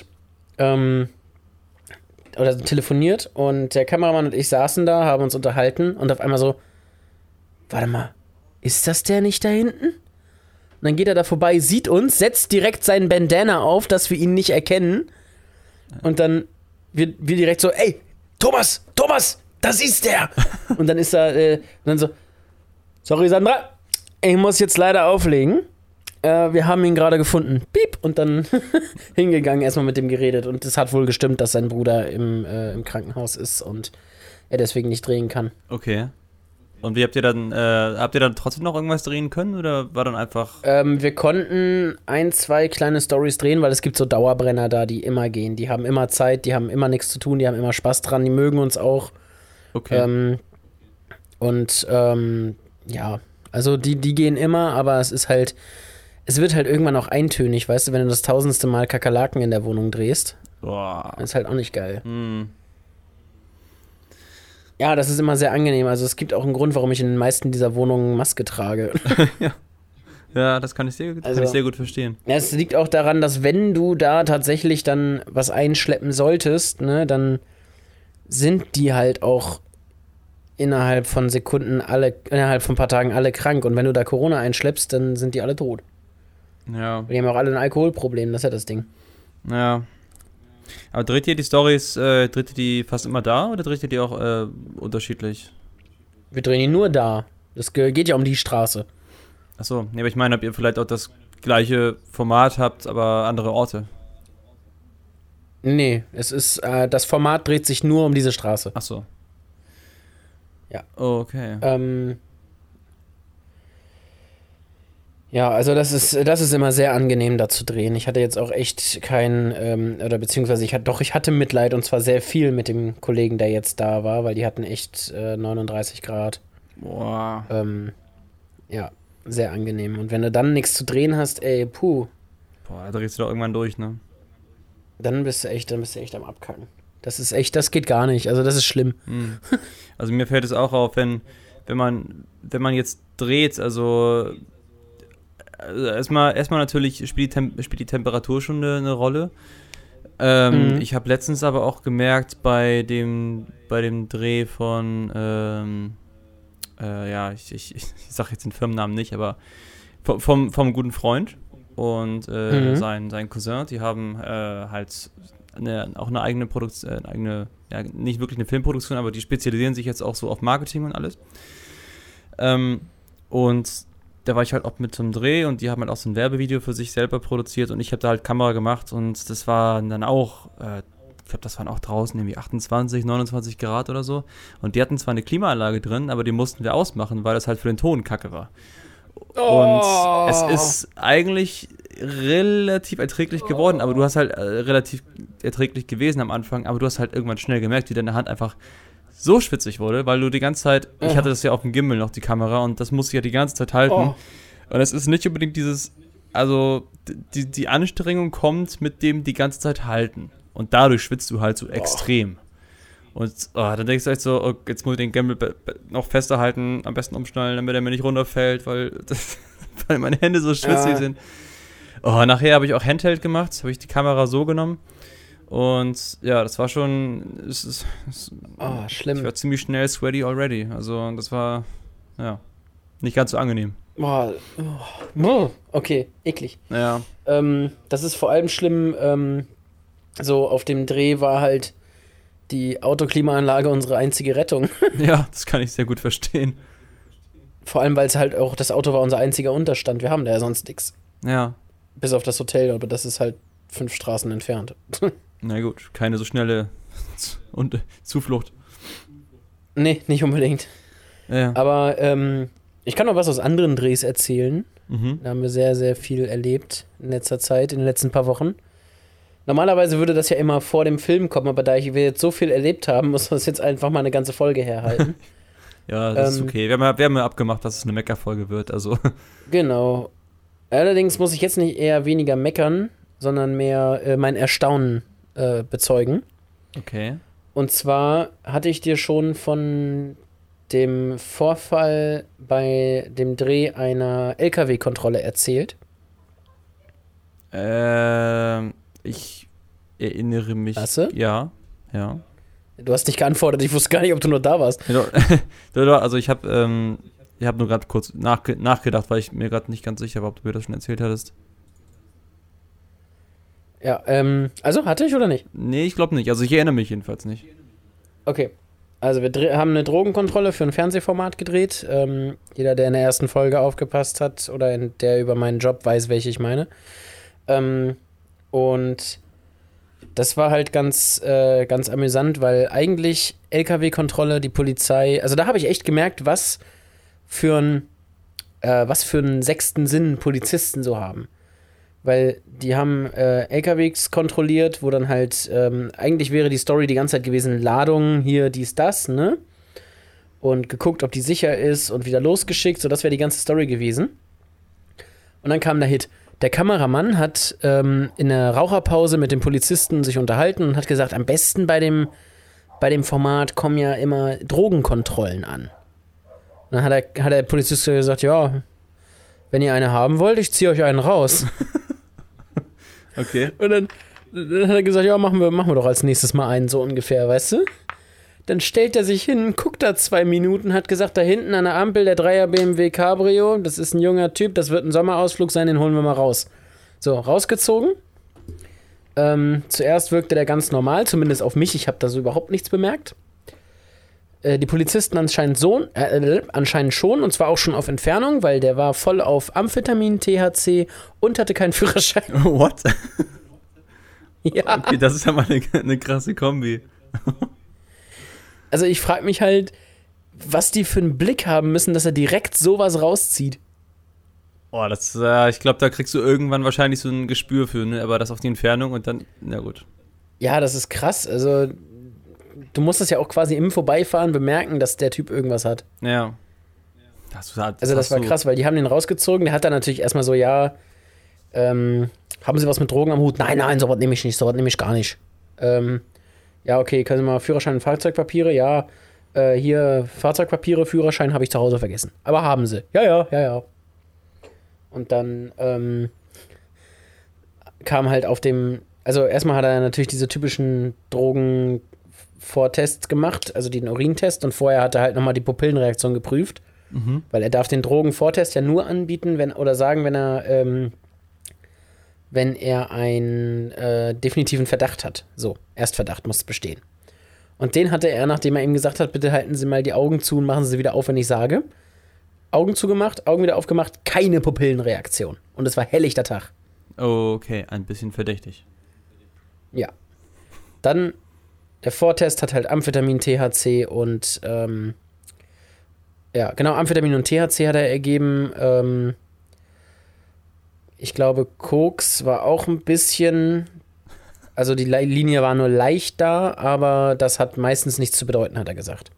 oder telefoniert und der Kameramann und ich saßen da, haben uns unterhalten und auf einmal so, warte mal, ist das der nicht da hinten? Und dann geht er da vorbei, sieht uns, setzt direkt seinen Bandana auf, dass wir ihn nicht erkennen. Und dann wir direkt so, ey, Thomas, das ist der! Und dann ist er, dann so, sorry Sandra, ich muss jetzt leider auflegen. Wir haben ihn gerade gefunden. Piep! Und dann hingegangen, erstmal mit dem geredet. Und es hat wohl gestimmt, dass sein Bruder im Krankenhaus ist und er deswegen nicht drehen kann. Okay. Und wie habt ihr dann trotzdem noch irgendwas drehen können oder war dann einfach... Wir konnten 1, 2 kleine Storys drehen, weil es gibt so Dauerbrenner da, die immer gehen. Die haben immer Zeit, die haben immer nichts zu tun, die haben immer Spaß dran, die mögen uns auch. Okay. Ja, also die gehen immer, aber es wird halt irgendwann auch eintönig, weißt du, wenn du das 1000. Mal Kakerlaken in der Wohnung drehst. Boah. Ist halt auch nicht geil. Ja, das ist immer sehr angenehm. Also es gibt auch einen Grund, warum ich in den meisten dieser Wohnungen Maske trage. Ja, das kann ich sehr gut verstehen. Ja, es liegt auch daran, dass wenn du da tatsächlich dann was einschleppen solltest, ne, dann sind die halt auch innerhalb von Sekunden innerhalb von ein paar Tagen alle krank. Und wenn du da Corona einschleppst, dann sind die alle tot. Ja. Die haben auch alle ein Alkoholproblem, das ist ja das Ding. Ja. Aber dreht ihr die Storys, dreht ihr die fast immer da oder dreht ihr die auch unterschiedlich? Wir drehen die nur da. Das geht ja um die Straße. Achso, nee, aber ich meine, ob ihr vielleicht auch das gleiche Format habt, aber andere Orte? Nee, es ist, das Format dreht sich nur um diese Straße. Achso. Ja. Oh, okay. Ja, also das ist immer sehr angenehm, da zu drehen. Ich hatte jetzt auch echt oder beziehungsweise ich hatte Mitleid und zwar sehr viel mit dem Kollegen, der jetzt da war, weil die hatten echt 39 Grad. Boah. Ja, sehr angenehm. Und wenn du dann nichts zu drehen hast, ey, puh, Boah, da drehst du doch irgendwann durch, ne? dann bist du echt am Abkacken. Das geht gar nicht. Also das ist schlimm. Hm. Also mir fällt es auch auf, wenn man jetzt dreht, also erstmal natürlich spielt die Temperatur schon eine Rolle. Ich habe letztens aber auch gemerkt bei dem Dreh von ich sag jetzt den Firmennamen nicht, aber vom guten Freund und sein Cousin, die haben halt auch eine eigene Produktion, ja, nicht wirklich eine Filmproduktion, aber die spezialisieren sich jetzt auch so auf Marketing und alles. Und da war ich halt auch mit zum Dreh und die haben halt auch so ein Werbevideo für sich selber produziert und ich habe da halt Kamera gemacht und das war dann auch, ich glaube, das waren auch draußen irgendwie 28, 29 Grad oder so und die hatten zwar eine Klimaanlage drin, aber die mussten wir ausmachen, weil das halt für den Ton kacke war. Und es ist eigentlich relativ erträglich geworden, aber du hast halt relativ erträglich gewesen am Anfang, aber du hast halt irgendwann schnell gemerkt, wie deine Hand einfach so schwitzig wurde, weil du die ganze Zeit, ich hatte das ja auf dem Gimbal noch, die Kamera, und das musste ich ja die ganze Zeit halten. Und es ist nicht unbedingt die Anstrengung kommt mit dem die ganze Zeit halten. Und dadurch schwitzt du halt so extrem. Und dann denkst du halt so, oh, jetzt muss ich den Gimbal noch fester halten, am besten umschnallen, damit er mir nicht runterfällt, weil meine Hände so schwitzig sind. Nachher habe ich auch Handheld gemacht, habe ich die Kamera so genommen. Und ja, das war schon, schlimm. Ich war ziemlich schnell sweaty already. Also das war, ja, nicht ganz so angenehm. Okay, eklig. Ja. Das ist vor allem schlimm, so auf dem Dreh war halt die Autoklimaanlage unsere einzige Rettung. Ja, das kann ich sehr gut verstehen. Vor allem, weil es halt auch, das Auto war unser einziger Unterstand. Wir haben da ja sonst nichts. Ja. Bis auf das Hotel, aber das ist halt 5 Straßen entfernt. Na gut, keine so schnelle Zuflucht. Nee, nicht unbedingt. Ja. Aber ich kann noch was aus anderen Drehs erzählen. Mhm. Da haben wir sehr, sehr viel erlebt in letzter Zeit, in den letzten paar Wochen. Normalerweise würde das ja immer vor dem Film kommen, aber da wir jetzt so viel erlebt haben, muss das jetzt einfach mal eine ganze Folge herhalten. Ja, das ist okay. Wir haben ja abgemacht, dass es eine Mecker-Folge wird, also. Genau. Allerdings muss ich jetzt nicht eher weniger meckern, sondern mehr mein Erstaunen bezeugen. Okay. Und zwar hatte ich dir schon von dem Vorfall bei dem Dreh einer LKW-Kontrolle erzählt. Ich erinnere mich. Hast du? Ja. Du hast nicht geantwortet, ich wusste gar nicht, ob du nur da warst. Also ich habe nur gerade kurz nachgedacht, weil ich mir gerade nicht ganz sicher war, ob du mir das schon erzählt hattest. Ja, also hatte ich oder nicht? Nee, ich glaube nicht. Also ich erinnere mich jedenfalls nicht. Okay. Also wir haben eine Drogenkontrolle für ein Fernsehformat gedreht. Jeder, der in der ersten Folge aufgepasst hat oder der über meinen Job weiß, welche ich meine. Und das war halt ganz amüsant, weil eigentlich LKW-Kontrolle, die Polizei, also da habe ich echt gemerkt, was für einen sechsten Sinn Polizisten so haben. Weil die haben LKWs kontrolliert, wo dann halt, eigentlich wäre die Story die ganze Zeit gewesen, Ladung, hier, dies, das, ne? Und geguckt, ob die sicher ist und wieder losgeschickt, so das wäre die ganze Story gewesen. Und dann kam der Hit. Der Kameramann hat in der Raucherpause mit dem Polizisten sich unterhalten und hat gesagt, am besten bei dem Format kommen ja immer Drogenkontrollen an. Und dann hat der Polizist gesagt, ja, wenn ihr eine haben wollt, ich ziehe euch einen raus. Okay. Und dann hat er gesagt, ja, machen wir doch als nächstes mal einen, so ungefähr, weißt du? Dann stellt er sich hin, guckt da 2 Minuten, hat gesagt, da hinten an der Ampel der 3er BMW Cabrio, das ist ein junger Typ, das wird ein Sommerausflug sein, den holen wir mal raus. So, rausgezogen. Zuerst wirkte der ganz normal, zumindest auf mich, ich habe da so überhaupt nichts bemerkt. Die Polizisten anscheinend schon, und zwar auch schon auf Entfernung, weil der war voll auf Amphetamin, THC und hatte keinen Führerschein. What? Ja. Okay, das ist ja mal eine krasse Kombi. Also ich frage mich halt, was die für einen Blick haben müssen, dass er direkt sowas rauszieht. Oh, ich glaube, da kriegst du irgendwann wahrscheinlich so ein Gespür für, ne? Aber das auf die Entfernung und dann, na gut. Ja, das ist krass. Also, du musst es ja auch quasi im Vorbeifahren bemerken, dass der Typ irgendwas hat. Ja. Das war krass, weil die haben den rausgezogen. Der hat dann natürlich erstmal so, ja, haben Sie was mit Drogen am Hut? Nein, sowas nehme ich nicht, sowas nehme ich gar nicht. Ja, okay, können Sie mal Führerschein und Fahrzeugpapiere? Ja, hier Fahrzeugpapiere, Führerschein habe ich zu Hause vergessen. Aber haben Sie? Ja. Und dann kam halt also erstmal hat er natürlich diese typischen Drogenvortests gemacht, also den Urintest, und vorher hat er halt nochmal die Pupillenreaktion geprüft, weil er darf den Drogenvortest ja nur anbieten, wenn er einen definitiven Verdacht hat. So, Erstverdacht muss bestehen. Und den hatte er, nachdem er ihm gesagt hat, bitte halten Sie mal die Augen zu und machen Sie wieder auf, wenn ich sage. Augen zugemacht, Augen wieder aufgemacht, keine Pupillenreaktion. Und es war helllichter Tag. Okay, ein bisschen verdächtig. Ja. Dann, der Vortest hat halt Amphetamin, THC und, Amphetamin und THC hat er ergeben. Ich glaube, Koks war auch ein bisschen, also die Linie war nur leicht da, aber das hat meistens nichts zu bedeuten, hat er gesagt.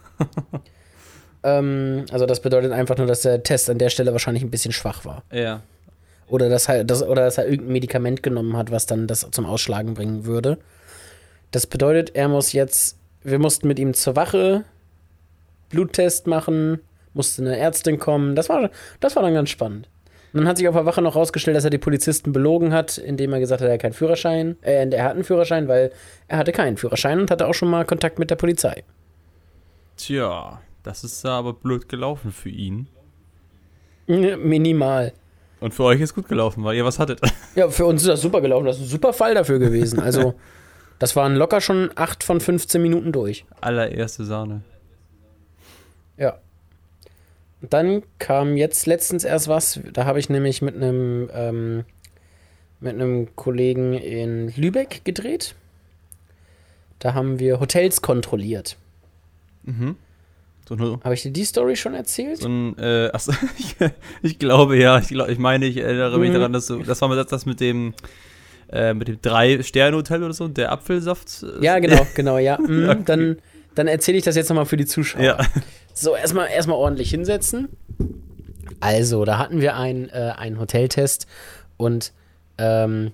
Also das bedeutet einfach nur, dass der Test an der Stelle wahrscheinlich ein bisschen schwach war. Ja. Oder dass er irgendein Medikament genommen hat, was dann das zum Ausschlagen bringen würde. Das bedeutet, wir mussten mit ihm zur Wache, Bluttest machen, musste eine Ärztin kommen. Das war dann ganz spannend. Und dann hat sich auf der Wache noch rausgestellt, dass er die Polizisten belogen hat, indem er gesagt hat, er hat keinen Führerschein. Er hat einen Führerschein, weil er hatte keinen Führerschein und hatte auch schon mal Kontakt mit der Polizei. Tja, das ist aber blöd gelaufen für ihn. Minimal. Und für euch ist gut gelaufen, weil ihr was hattet. Ja, für uns ist das super gelaufen. Das ist ein super Fall dafür gewesen. Also, das waren locker schon 8 von 15 Minuten durch. Allererste Sahne. Ja. Und dann kam jetzt letztens erst was. Da habe ich nämlich mit einem Kollegen in Lübeck gedreht. Da haben wir Hotels kontrolliert. Mhm. Habe ich dir die Story schon erzählt? Ich glaube, ja. Ich erinnere mich daran, dass das war das mit dem 3-Sterne-Hotel oder so, der Apfelsaft. Ja, genau, ja. Okay. Dann erzähle ich das jetzt nochmal für die Zuschauer. Ja. So, erstmal ordentlich hinsetzen. Also, da hatten wir einen Hoteltest und wir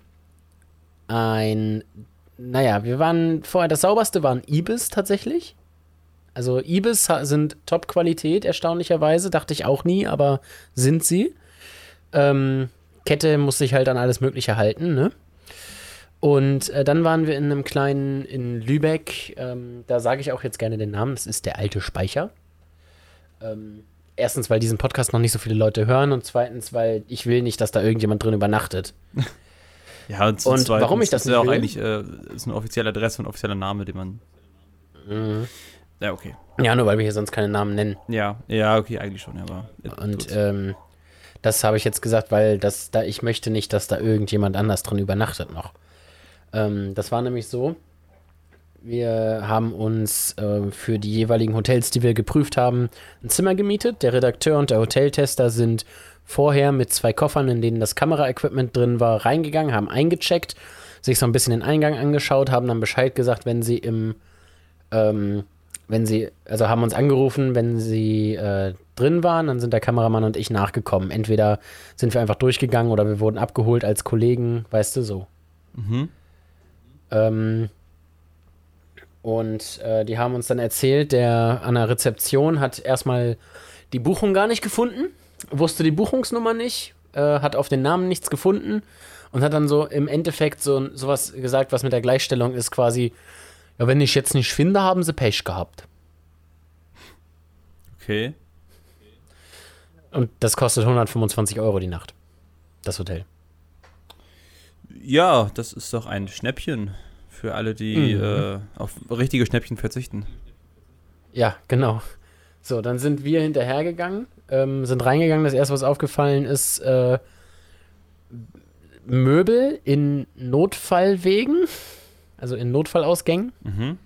waren vorher, das sauberste waren Ibis tatsächlich. Also Ibis sind Top-Qualität, erstaunlicherweise. Dachte ich auch nie, aber sind sie. Kette muss sich halt an alles Mögliche halten, ne? Und dann waren wir in einem kleinen, in Lübeck, da sage ich auch jetzt gerne den Namen, das ist der Alte Speicher. Erstens, weil diesen Podcast noch nicht so viele Leute hören und zweitens, weil ich will nicht, dass da irgendjemand drin übernachtet. Ja, und zweitens, warum ich das nicht will? Eigentlich ist eine offizielle Adresse und ein offizieller Name, den man... Ja, okay. Ja, nur weil wir hier sonst keine Namen nennen. Ja, okay, eigentlich schon, aber... Und das habe ich jetzt gesagt, weil ich möchte nicht, dass da irgendjemand anders drin übernachtet noch. Das war nämlich so, wir haben uns für die jeweiligen Hotels, die wir geprüft haben, ein Zimmer gemietet. Der Redakteur und der Hoteltester sind vorher mit 2 Koffern, in denen das Kameraequipment drin war, reingegangen, haben eingecheckt, sich so ein bisschen den Eingang angeschaut, haben dann Bescheid gesagt, haben uns angerufen, wenn sie drin waren, dann sind der Kameramann und ich nachgekommen. Entweder sind wir einfach durchgegangen oder wir wurden abgeholt als Kollegen, weißt du, so. Mhm. Und die haben uns dann erzählt, der an der Rezeption hat erstmal die Buchung gar nicht gefunden, wusste die Buchungsnummer nicht, hat auf den Namen nichts gefunden und hat dann so im Endeffekt sowas gesagt, was mit der Gleichstellung ist, quasi, ja, wenn ich jetzt nicht finde, haben sie Pech gehabt. Okay. Und das kostet 125 € die Nacht, das Hotel. Ja, das ist doch ein Schnäppchen für alle, die auf richtige Schnäppchen verzichten. Ja, genau. So, dann sind wir hinterhergegangen, sind reingegangen. Das erste, was aufgefallen ist, Möbel in Notfallwegen, also in Notfallausgängen. Mhm.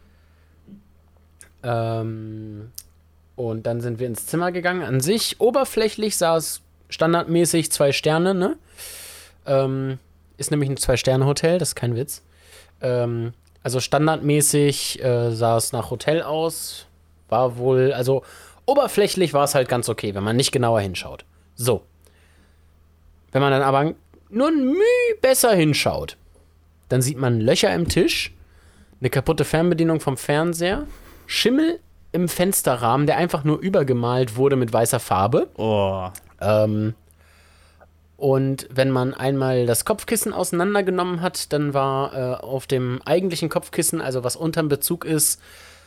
Und dann sind wir ins Zimmer gegangen. An sich, oberflächlich sah es standardmäßig 2 Sterne, ne? Ist nämlich ein 2-Sterne-Hotel, das ist kein Witz. Also standardmäßig sah es nach Hotel aus. War wohl, also oberflächlich war es halt ganz okay, wenn man nicht genauer hinschaut. So. Wenn man dann aber nur ein Müh besser hinschaut, dann sieht man Löcher im Tisch, eine kaputte Fernbedienung vom Fernseher, Schimmel im Fensterrahmen, der einfach nur übergemalt wurde mit weißer Farbe. Oh. Und wenn man einmal das Kopfkissen auseinandergenommen hat, dann war auf dem eigentlichen Kopfkissen, also was unterm Bezug ist,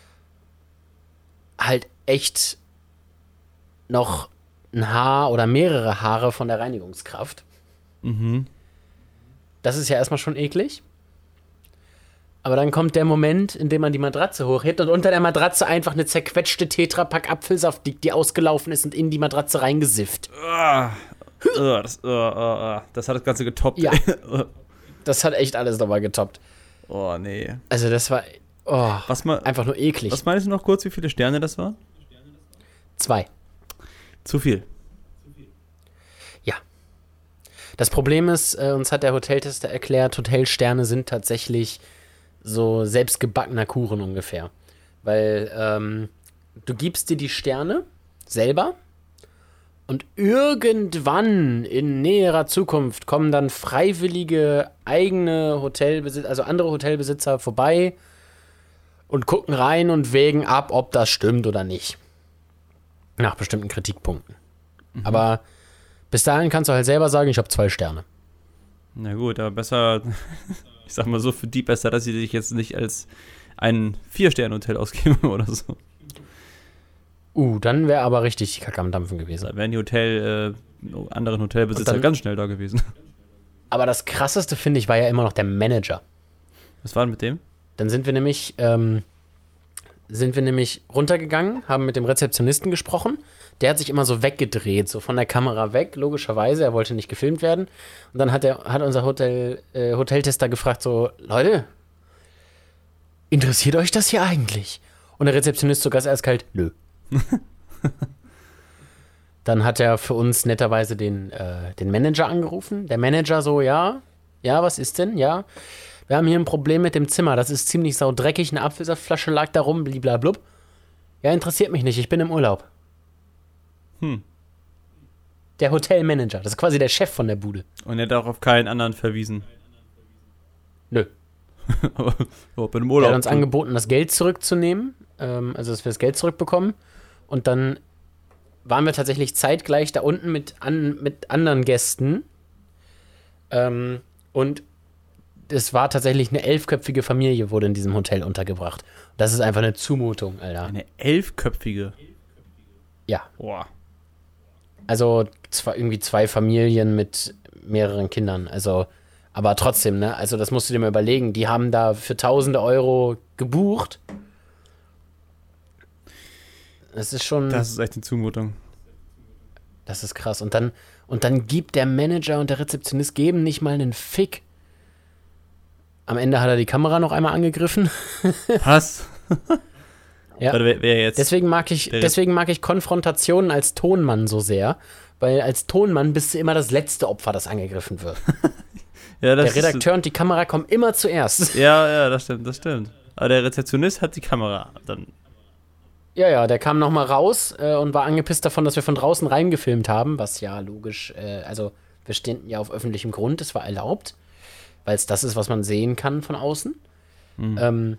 halt echt noch ein Haar oder mehrere Haare von der Reinigungskraft. Mhm. Das ist ja erstmal schon eklig. Aber dann kommt der Moment, in dem man die Matratze hochhebt und unter der Matratze einfach eine zerquetschte Tetrapack Apfelsaft liegt, die ausgelaufen ist und in die Matratze reingesifft. Das hat das Ganze getoppt. Ja. Das hat echt alles nochmal getoppt. Oh, nee. Also das war einfach nur eklig. Was meinst du noch kurz, wie viele Sterne das war? 2. Zu viel. Ja. Das Problem ist, uns hat der Hoteltester erklärt, Hotelsterne sind tatsächlich so selbstgebackener Kuchen ungefähr. Weil du gibst dir die Sterne selber und irgendwann in näherer Zukunft kommen dann freiwillige eigene Hotelbesitzer, also andere Hotelbesitzer vorbei und gucken rein und wägen ab, ob das stimmt oder nicht. Nach bestimmten Kritikpunkten. Mhm. Aber bis dahin kannst du halt selber sagen, ich habe 2 Sterne. Na gut, aber besser, ich sag mal so, für die besser, dass sie dich jetzt nicht als ein 4-Sterne-Hotel ausgeben oder so. Dann wäre aber richtig Kacke am Dampfen gewesen. Da wären die anderen Hotelbesitzer ganz schnell da gewesen. Aber das Krasseste, finde ich, war ja immer noch der Manager. Was war denn mit dem? Dann sind wir nämlich runtergegangen, haben mit dem Rezeptionisten gesprochen. Der hat sich immer so weggedreht, so von der Kamera weg, logischerweise. Er wollte nicht gefilmt werden. Und dann hat unser Hoteltester gefragt, so, Leute, interessiert euch das hier eigentlich? Und der Rezeptionist so ganz eiskalt, nö. Dann hat er für uns netterweise den Manager angerufen. Der Manager so, ja, was ist denn? Ja, wir haben hier ein Problem mit dem Zimmer. Das ist ziemlich saudreckig. Eine Apfelsaftflasche lag da rum, bliblablub. Ja, interessiert mich nicht. Ich bin im Urlaub. Der Hotelmanager. Das ist quasi der Chef von der Bude. Und er hat auch auf keinen anderen verwiesen. Nö. Oh, bin im Urlaub. Er hat uns angeboten, das Geld zurückzunehmen. Also, dass wir das Geld zurückbekommen. Und dann waren wir tatsächlich zeitgleich da unten mit anderen Gästen. Und es war tatsächlich eine 11-köpfige Familie, wurde in diesem Hotel untergebracht. Das ist einfach eine Zumutung, Alter. Eine 11-köpfige? Ja. Boah. Also irgendwie 2 Familien mit mehreren Kindern. Also, aber trotzdem, ne? Also das musst du dir mal überlegen. Die haben da für tausende Euro gebucht. Das ist schon. Das ist echt eine Zumutung. Das ist krass. Und dann gibt der Manager und der Rezeptionist geben nicht mal einen Fick. Am Ende hat er die Kamera noch einmal angegriffen. Was? Ja. Wer jetzt? Deswegen mag ich Konfrontationen als Tonmann so sehr. Weil als Tonmann bist du immer das letzte Opfer, das angegriffen wird. Ja, der Redakteur und die Kamera kommen immer zuerst. Ja, das stimmt. Aber der Rezeptionist hat die Kamera dann. Ja, der kam noch mal raus und war angepisst davon, dass wir von draußen reingefilmt haben, was ja logisch, also wir stehen ja auf öffentlichem Grund, es war erlaubt, weil es das ist, was man sehen kann von außen. Mhm.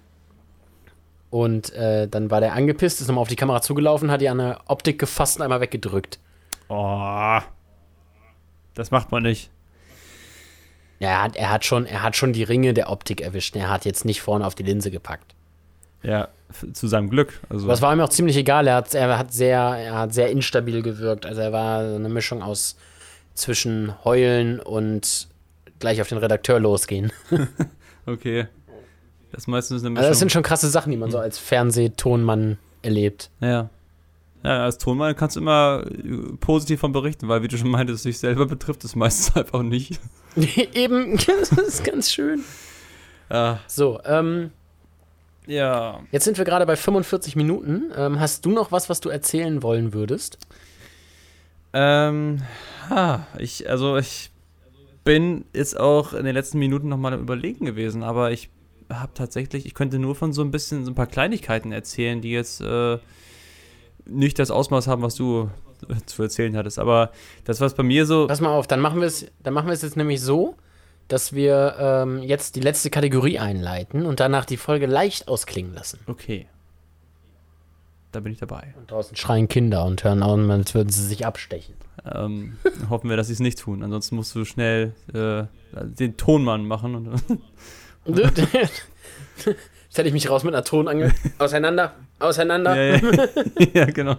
Dann war der angepisst, ist nochmal auf die Kamera zugelaufen, hat die an der Optik gefasst und einmal weggedrückt. Oh, das macht man nicht. Ja, er hat schon die Ringe der Optik erwischt, er hat jetzt nicht vorne auf die Linse gepackt. Ja, zu seinem Glück. Also. Das war ihm auch ziemlich egal. Er hat sehr instabil gewirkt. Also er war eine Mischung aus zwischen heulen und gleich auf den Redakteur losgehen. Okay. Das ist meistens eine Mischung. Also das sind schon krasse Sachen, die man so als Fernsehtonmann erlebt. Ja. Ja, als Tonmann kannst du immer positiv von berichten, weil, wie du schon meintest, sich selber betrifft es meistens einfach nicht. Eben, das ist ganz schön. So, ja. Jetzt sind wir gerade bei 45 Minuten. Hast du noch was du erzählen wollen würdest? Ich bin jetzt auch in den letzten Minuten nochmal am Überlegen gewesen, aber ich könnte nur von so ein paar Kleinigkeiten erzählen, die jetzt nicht das Ausmaß haben, was du zu erzählen hattest. Aber das, was bei mir so. Pass mal auf, dann machen wir es jetzt nämlich so, dass wir jetzt die letzte Kategorie einleiten und danach die Folge leicht ausklingen lassen. Okay. Da bin ich dabei. Und draußen schreien Kinder und hören an, als würden sie sich abstechen. Hoffen wir, dass sie es nicht tun. Ansonsten musst du schnell den Tonmann machen. Und Jetzt hätte ich mich raus mit einer Tonangel. Auseinander. Ja, ja, genau.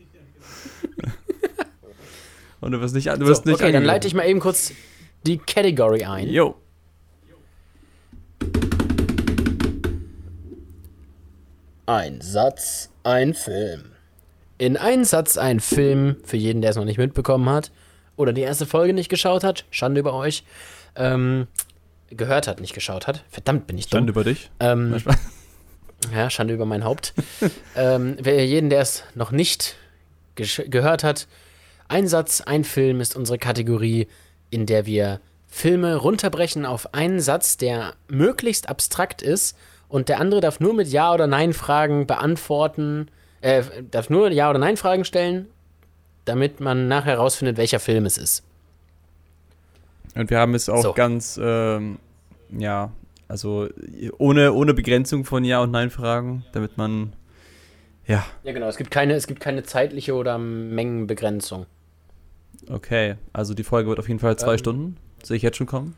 Und du wirst nicht Okay, angegriffen. dann leite ich mal eben kurz die Category ein. Jo. Ein Satz, ein Film. In einen Satz, ein Film, für jeden, der es noch nicht mitbekommen hat oder die erste Folge nicht geschaut hat, Schande über euch, gehört hat, nicht geschaut hat. Verdammt, bin ich dumm. Schande über dich. Ja, Schande über mein Haupt. Wer jeden, der es noch nicht gehört hat, ein Satz, ein Film ist unsere Kategorie, in der wir Filme runterbrechen auf einen Satz, der möglichst abstrakt ist und der andere darf nur mit Ja- oder Nein-Fragen darf nur Ja- oder Nein-Fragen stellen, damit man nachher herausfindet, welcher Film es ist. Und wir haben es auch ganz, also ohne Begrenzung von Ja- und Nein-Fragen, damit man, ja. Ja, genau, es gibt keine zeitliche oder Mengenbegrenzung. Okay, also die Folge wird auf jeden Fall 2 Stunden. Sehe ich jetzt schon kommen.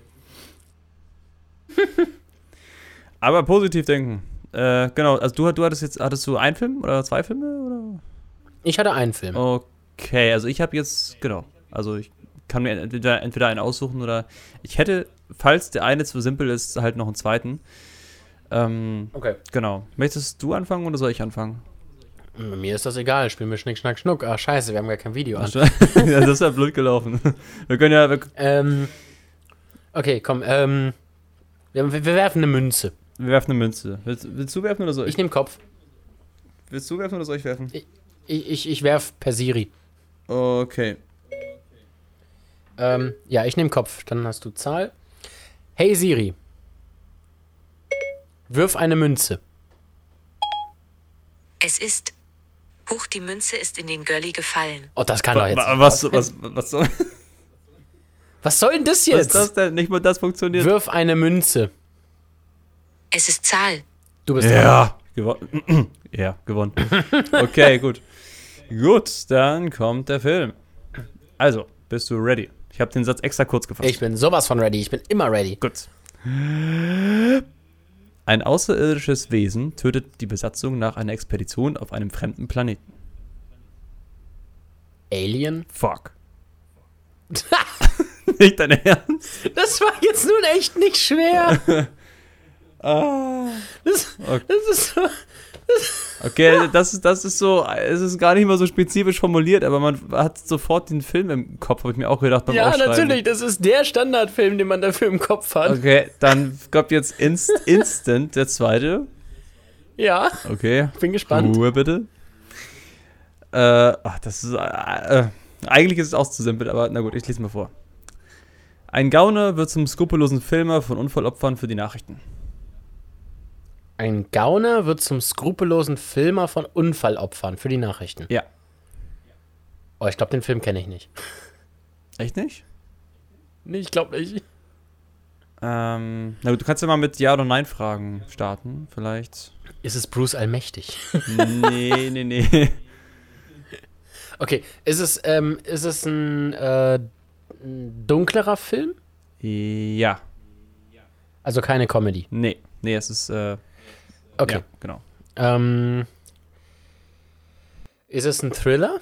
Aber positiv denken. Genau, also hattest du einen Film oder 2 Filme? Oder? Ich hatte einen Film. Okay, also ich habe jetzt, genau, also ich kann mir entweder einen aussuchen oder ich hätte, falls der eine zu simpel ist, halt noch einen zweiten. Okay. Genau. Möchtest du anfangen oder soll ich anfangen? Mir ist das egal, spielen wir Schnick, Schnack, Schnuck. Ach, scheiße, wir haben gar kein Video an. Ja, das ist ja blöd gelaufen. Wir können ja... Okay, komm, wir werfen eine Münze. Wir werfen eine Münze. Willst du werfen oder soll ich? Ich nehme Kopf. Willst du werfen oder soll ich werfen? Ich werf per Siri. Okay. Ja, ich nehme Kopf. Dann hast du Zahl. Hey Siri. Wirf eine Münze. Es ist. Huch, die Münze ist in den Gully gefallen. Oh, das kann doch jetzt nicht. Was soll... Was soll denn das Was jetzt? ist das denn? Nicht mal das funktioniert. Wirf eine Münze. Es ist Zahl. Du bist dran. Ja, gewonnen. Ja, gewonnen. Okay, gut. Gut, dann kommt der Film. Also, bist du ready? Ich habe den Satz extra kurz gefasst. Ich bin sowas von ready. Ich bin immer ready. Gut. Ein außerirdisches Wesen tötet die Besatzung nach einer Expedition auf einem fremden Planeten. Alien? Fuck. Nicht dein Ernst? Das war jetzt nun echt nicht schwer. Das ist so... Okay, das ist so, es ist gar nicht mal so spezifisch formuliert, aber man hat sofort den Film im Kopf, habe ich mir auch gedacht beim Ja, Aufschreiben. natürlich, das ist der Standardfilm, den man dafür im Kopf hat. Okay, dann kommt jetzt Instant der zweite. Ja, Okay. bin gespannt. Ruhe bitte. Das ist, eigentlich ist es auch zu simpel, aber na gut, ich lese mal vor. Ein Gauner wird zum skrupellosen Filmer von Unfallopfern für die Nachrichten. Ein Gauner wird zum skrupellosen Filmer von Unfallopfern für die Nachrichten. Ja. Oh, ich glaube, den Film kenne ich nicht. Echt nicht? Nee, ich glaube nicht. Na gut, du kannst ja mal mit Ja- oder Nein-Fragen starten, vielleicht. Ist es Bruce Allmächtig? Nee. Okay, ist es ein dunklerer Film? Ja. Also keine Comedy. Nee, es ist, Okay. ja, genau. Ist es ein Thriller?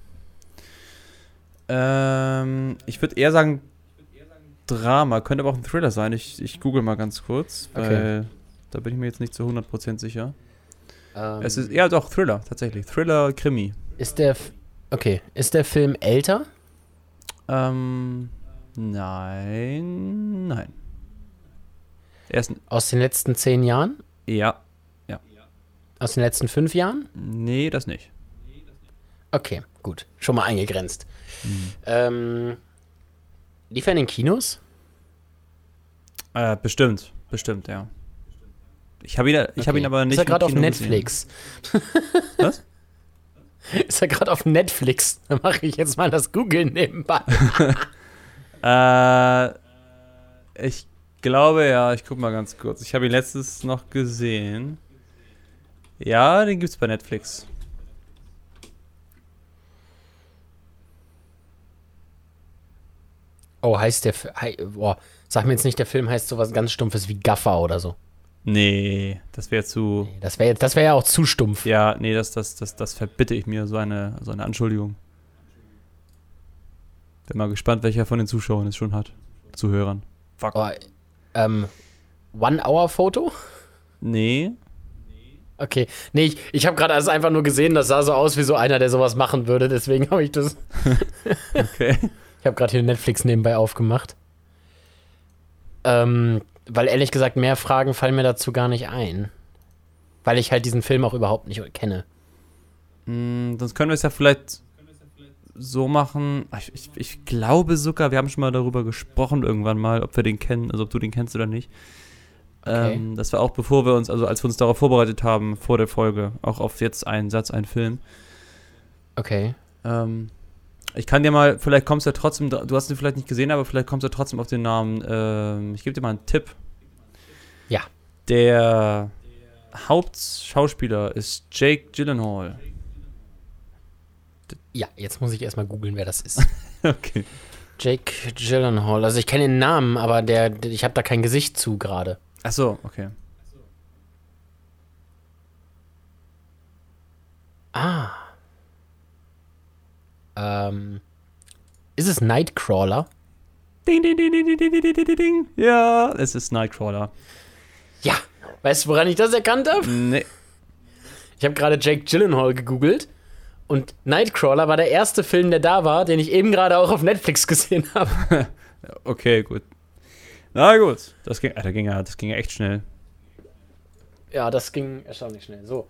Ich würde eher sagen Drama, könnte aber auch ein Thriller sein. Ich google mal ganz kurz, weil da bin ich mir jetzt nicht zu 100% sicher. Es ist, ja doch, Thriller, tatsächlich. Thriller, Krimi. Ist der Film älter? Nein. Er ist, Aus den letzten 10 Jahren? ja. Aus den letzten 5 Jahren? Nee, das nicht. Okay, gut. Schon mal eingegrenzt. Lief er in den Kinos? Bestimmt, ja. Ich habe ihn aber nicht. Ist er gerade auf im Kino Netflix? Was? Ist er gerade auf Netflix? Dann mache ich jetzt mal das Googlen nebenbei. Ich glaube ja, ich guck mal ganz kurz. Ich habe ihn letztes noch gesehen. Ja, den gibt's bei Netflix. Oh, heißt der sag mir jetzt nicht, der Film heißt sowas ganz Stumpfes wie Gaffer oder so. Nee, das wäre zu. Das wäre ja auch zu stumpf. Ja, nee, das verbitte ich mir, so eine Anschuldigung. Bin mal gespannt, welcher von den Zuschauern es schon hat. Zuhörern. Fuck. Oh, One-Hour-Foto? Nee. Okay. Nee, ich habe gerade einfach nur gesehen, das sah so aus wie so einer, der sowas machen würde, deswegen habe ich das. Okay. Ich habe gerade hier Netflix nebenbei aufgemacht. Weil ehrlich gesagt, mehr Fragen fallen mir dazu gar nicht ein. Weil ich halt diesen Film auch überhaupt nicht kenne. Sonst können wir es ja vielleicht so machen. Ich glaube sogar, wir haben schon mal darüber gesprochen irgendwann mal, ob wir den kennen, also ob du den kennst oder nicht. Okay. Das war auch bevor wir uns, also als wir uns darauf vorbereitet haben, vor der Folge, auch auf jetzt einen Satz, einen Film. Okay. Ich kann dir mal, vielleicht kommst du ja trotzdem, du hast ihn vielleicht nicht gesehen, aber vielleicht kommst du ja trotzdem auf den Namen. Ich gebe dir mal einen Tipp. Ja. Der Hauptschauspieler ist Jake Gyllenhaal. Ja, jetzt muss ich erstmal googeln, wer das ist. Okay. Jake Gyllenhaal. Also ich kenne den Namen, aber ich habe da kein Gesicht zu gerade. Ach so, okay. Ist es Nightcrawler? Ding, ding, ding, ding, ding, ding, ding, ding, ding. Ja, es ist Nightcrawler. Ja. Weißt du, woran ich das erkannt habe? Nee. Ich habe gerade Jake Gyllenhaal gegoogelt und Nightcrawler war der erste Film, der da war, den ich eben gerade auch auf Netflix gesehen habe. Okay, gut. Na gut. Das ging ja echt schnell. Ja, das ging erstaunlich schnell. So.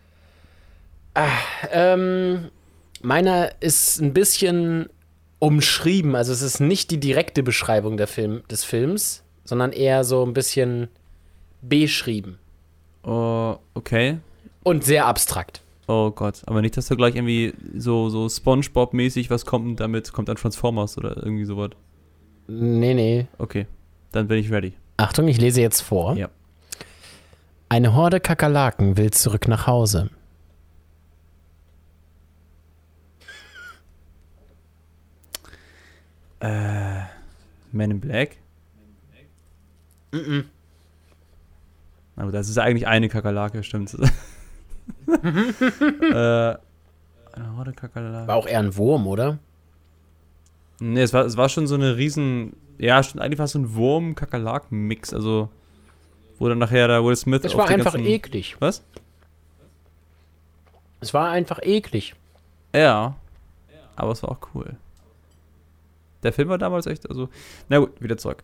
Meiner ist ein bisschen umschrieben. Also es ist nicht die direkte Beschreibung des Films, sondern eher so ein bisschen beschrieben. Oh, okay. Und sehr abstrakt. Oh Gott. Aber nicht, dass du gleich irgendwie so Spongebob-mäßig was kommt und damit kommt dann Transformers oder irgendwie sowas. Nee. Okay. Dann bin ich ready. Achtung, ich lese jetzt vor. Ja. Eine Horde Kakerlaken will zurück nach Hause. Man in Black? Aber das ist ja eigentlich eine Kakerlake, stimmt. Eine Horde Kakerlaken. War auch eher ein Wurm, oder? Nee, es war schon so eine riesen. Ja, stimmt, eigentlich war es so ein Wurm-Kakerlaken-Mix, also. Wo dann nachher der Will Smith. Es war einfach eklig. Was? Es war einfach eklig. Ja. Aber es war auch cool. Der Film war damals echt, also. Na gut, wieder zurück.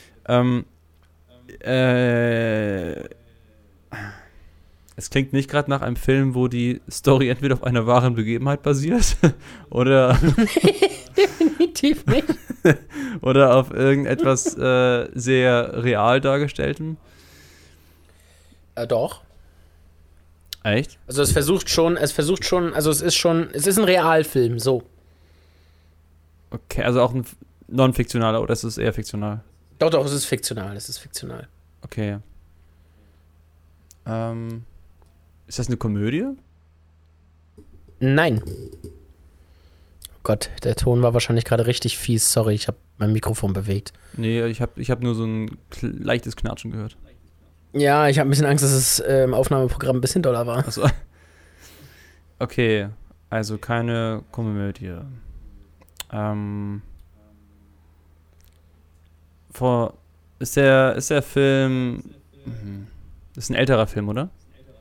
Es klingt nicht gerade nach einem Film, wo die Story entweder auf einer wahren Begebenheit basiert oder. Definitiv nicht. Oder auf irgendetwas sehr real dargestelltem. Doch. Echt? Also es ist ein Realfilm, so. Okay, also auch ein non-fiktionaler oder ist es eher fiktional? Doch, es ist fiktional, Okay. Ist das eine Komödie? Nein. Gott, der Ton war wahrscheinlich gerade richtig fies. Sorry, ich habe mein Mikrofon bewegt. Nee, ich hab nur so ein leichtes Knatschen gehört. Ja, ich habe ein bisschen Angst, dass es im Aufnahmeprogramm ein bisschen doller war. Achso. Okay, also keine Komödie. Ist der Film. Ist ein älterer Film, oder?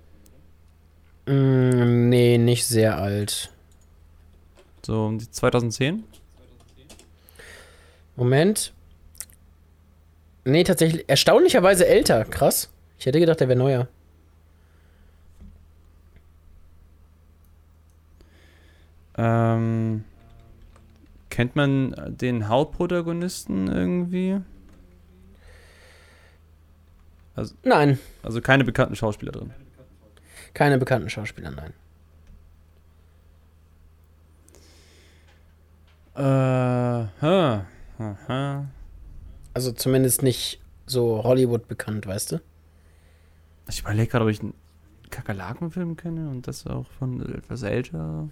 Nee, nicht sehr alt. So um die 2010? Moment. Nee, tatsächlich erstaunlicherweise älter. Krass. Ich hätte gedacht, der wäre neuer. Kennt man den Hauptprotagonisten irgendwie? Nein. Also keine bekannten Schauspieler drin. Keine bekannten Schauspieler, nein. Aha. Also zumindest nicht so Hollywood bekannt, weißt du? Ich überlege gerade, ob ich einen Kakerlakenfilm kenne und das auch von etwas älter.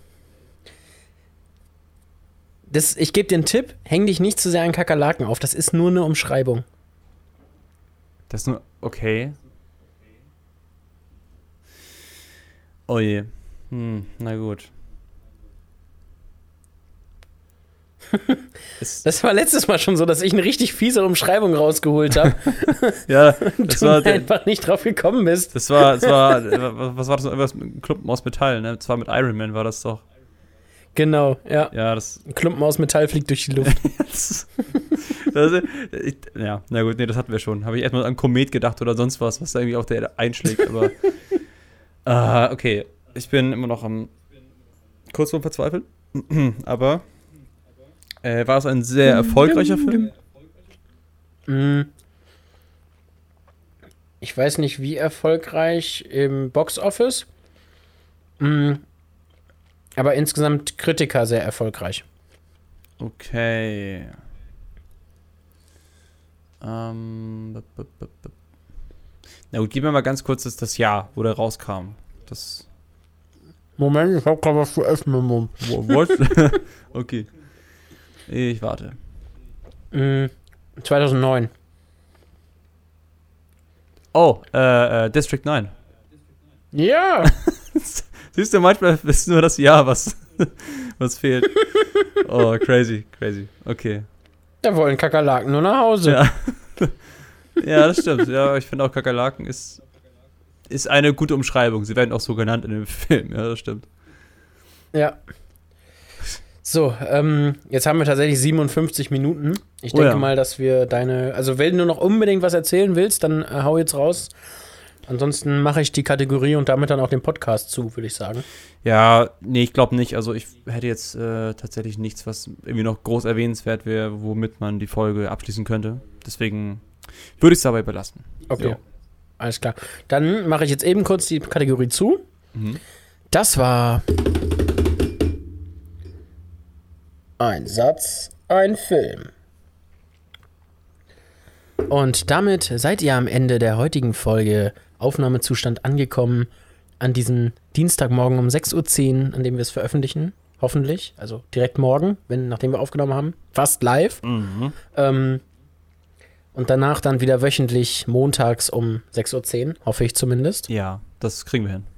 Ich gebe dir einen Tipp, häng dich nicht zu sehr an Kakerlaken auf, das ist nur eine Umschreibung. Das ist nur, okay. Oh je. Na gut. Das war letztes Mal schon so, dass ich eine richtig fiese Umschreibung rausgeholt habe. Ja, und das du war einfach nicht drauf gekommen bist. Das war, was war das? Irgendwas mit einem Klumpen aus Metall, ne? Das war mit Iron Man, war das doch. Genau, ja. Ja, das. Ein Klumpen aus Metall fliegt durch die Luft. Ja, na gut, nee, das hatten wir schon. Habe ich erstmal an Komet gedacht oder sonst was da irgendwie auch der einschlägt, aber. Okay. Ich bin immer noch kurz vorm Verzweifeln. Aber. War es ein sehr erfolgreicher Film? Ich weiß nicht, wie erfolgreich im Boxoffice. Aber insgesamt Kritiker sehr erfolgreich. Okay. Na gut, gib mir mal ganz kurz das Jahr, wo der rauskam. Moment, ich hab gerade was zu essen im Mund. What? Okay. Ich warte. 2009. Oh, District 9. Ja! Siehst du, manchmal ist nur das Jahr, was fehlt. Oh, crazy. Okay. Da wollen Kakerlaken nur nach Hause. Ja, ja, das stimmt. Ja, ich finde auch Kakerlaken ist eine gute Umschreibung. Sie werden auch so genannt in dem Film. Ja, das stimmt. Ja. So, jetzt haben wir tatsächlich 57 Minuten. Ich denke mal, dass wir also wenn du noch unbedingt was erzählen willst, dann hau jetzt raus. Ansonsten mache ich die Kategorie und damit dann auch den Podcast zu, würde ich sagen. Ja, nee, ich glaube nicht. Also ich hätte jetzt tatsächlich nichts, was irgendwie noch groß erwähnenswert wäre, womit man die Folge abschließen könnte. Deswegen würde ich es dabei belassen. Okay, so. Alles klar. Dann mache ich jetzt eben kurz die Kategorie zu. Das war ein Satz, ein Film. Und damit seid ihr am Ende der heutigen Folge Aufnahmezustand angekommen, an diesem Dienstagmorgen um 6:10 Uhr, an dem wir es veröffentlichen, hoffentlich, also direkt morgen, nachdem wir aufgenommen haben, fast live. Und danach dann wieder wöchentlich montags um 6:10 Uhr, hoffe ich zumindest. Ja, das kriegen wir hin.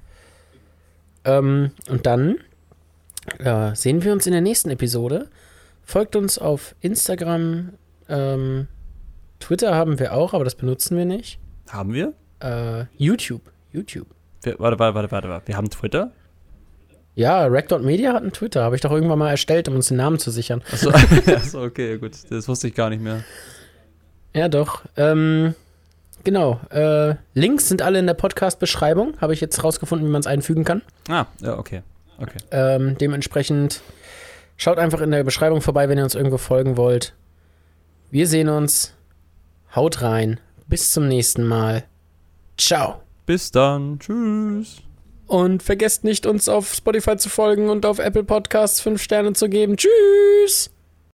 Und dann sehen wir uns in der nächsten Episode. Folgt uns auf Instagram, Twitter haben wir auch, aber das benutzen wir nicht. Haben wir? YouTube. Warte. Wir haben Twitter? Ja, Rec.media hat einen Twitter. Habe ich doch irgendwann mal erstellt, um uns den Namen zu sichern. Achso, okay, gut. Das wusste ich gar nicht mehr. Ja, doch. Genau. Links sind alle in der Podcast-Beschreibung. Habe ich jetzt rausgefunden, wie man es einfügen kann. Ja, okay. Dementsprechend schaut einfach in der Beschreibung vorbei, wenn ihr uns irgendwo folgen wollt. Wir sehen uns. Haut rein. Bis zum nächsten Mal. Ciao. Bis dann. Tschüss. Und vergesst nicht, uns auf Spotify zu folgen und auf Apple Podcasts 5 Sterne zu geben. Tschüss.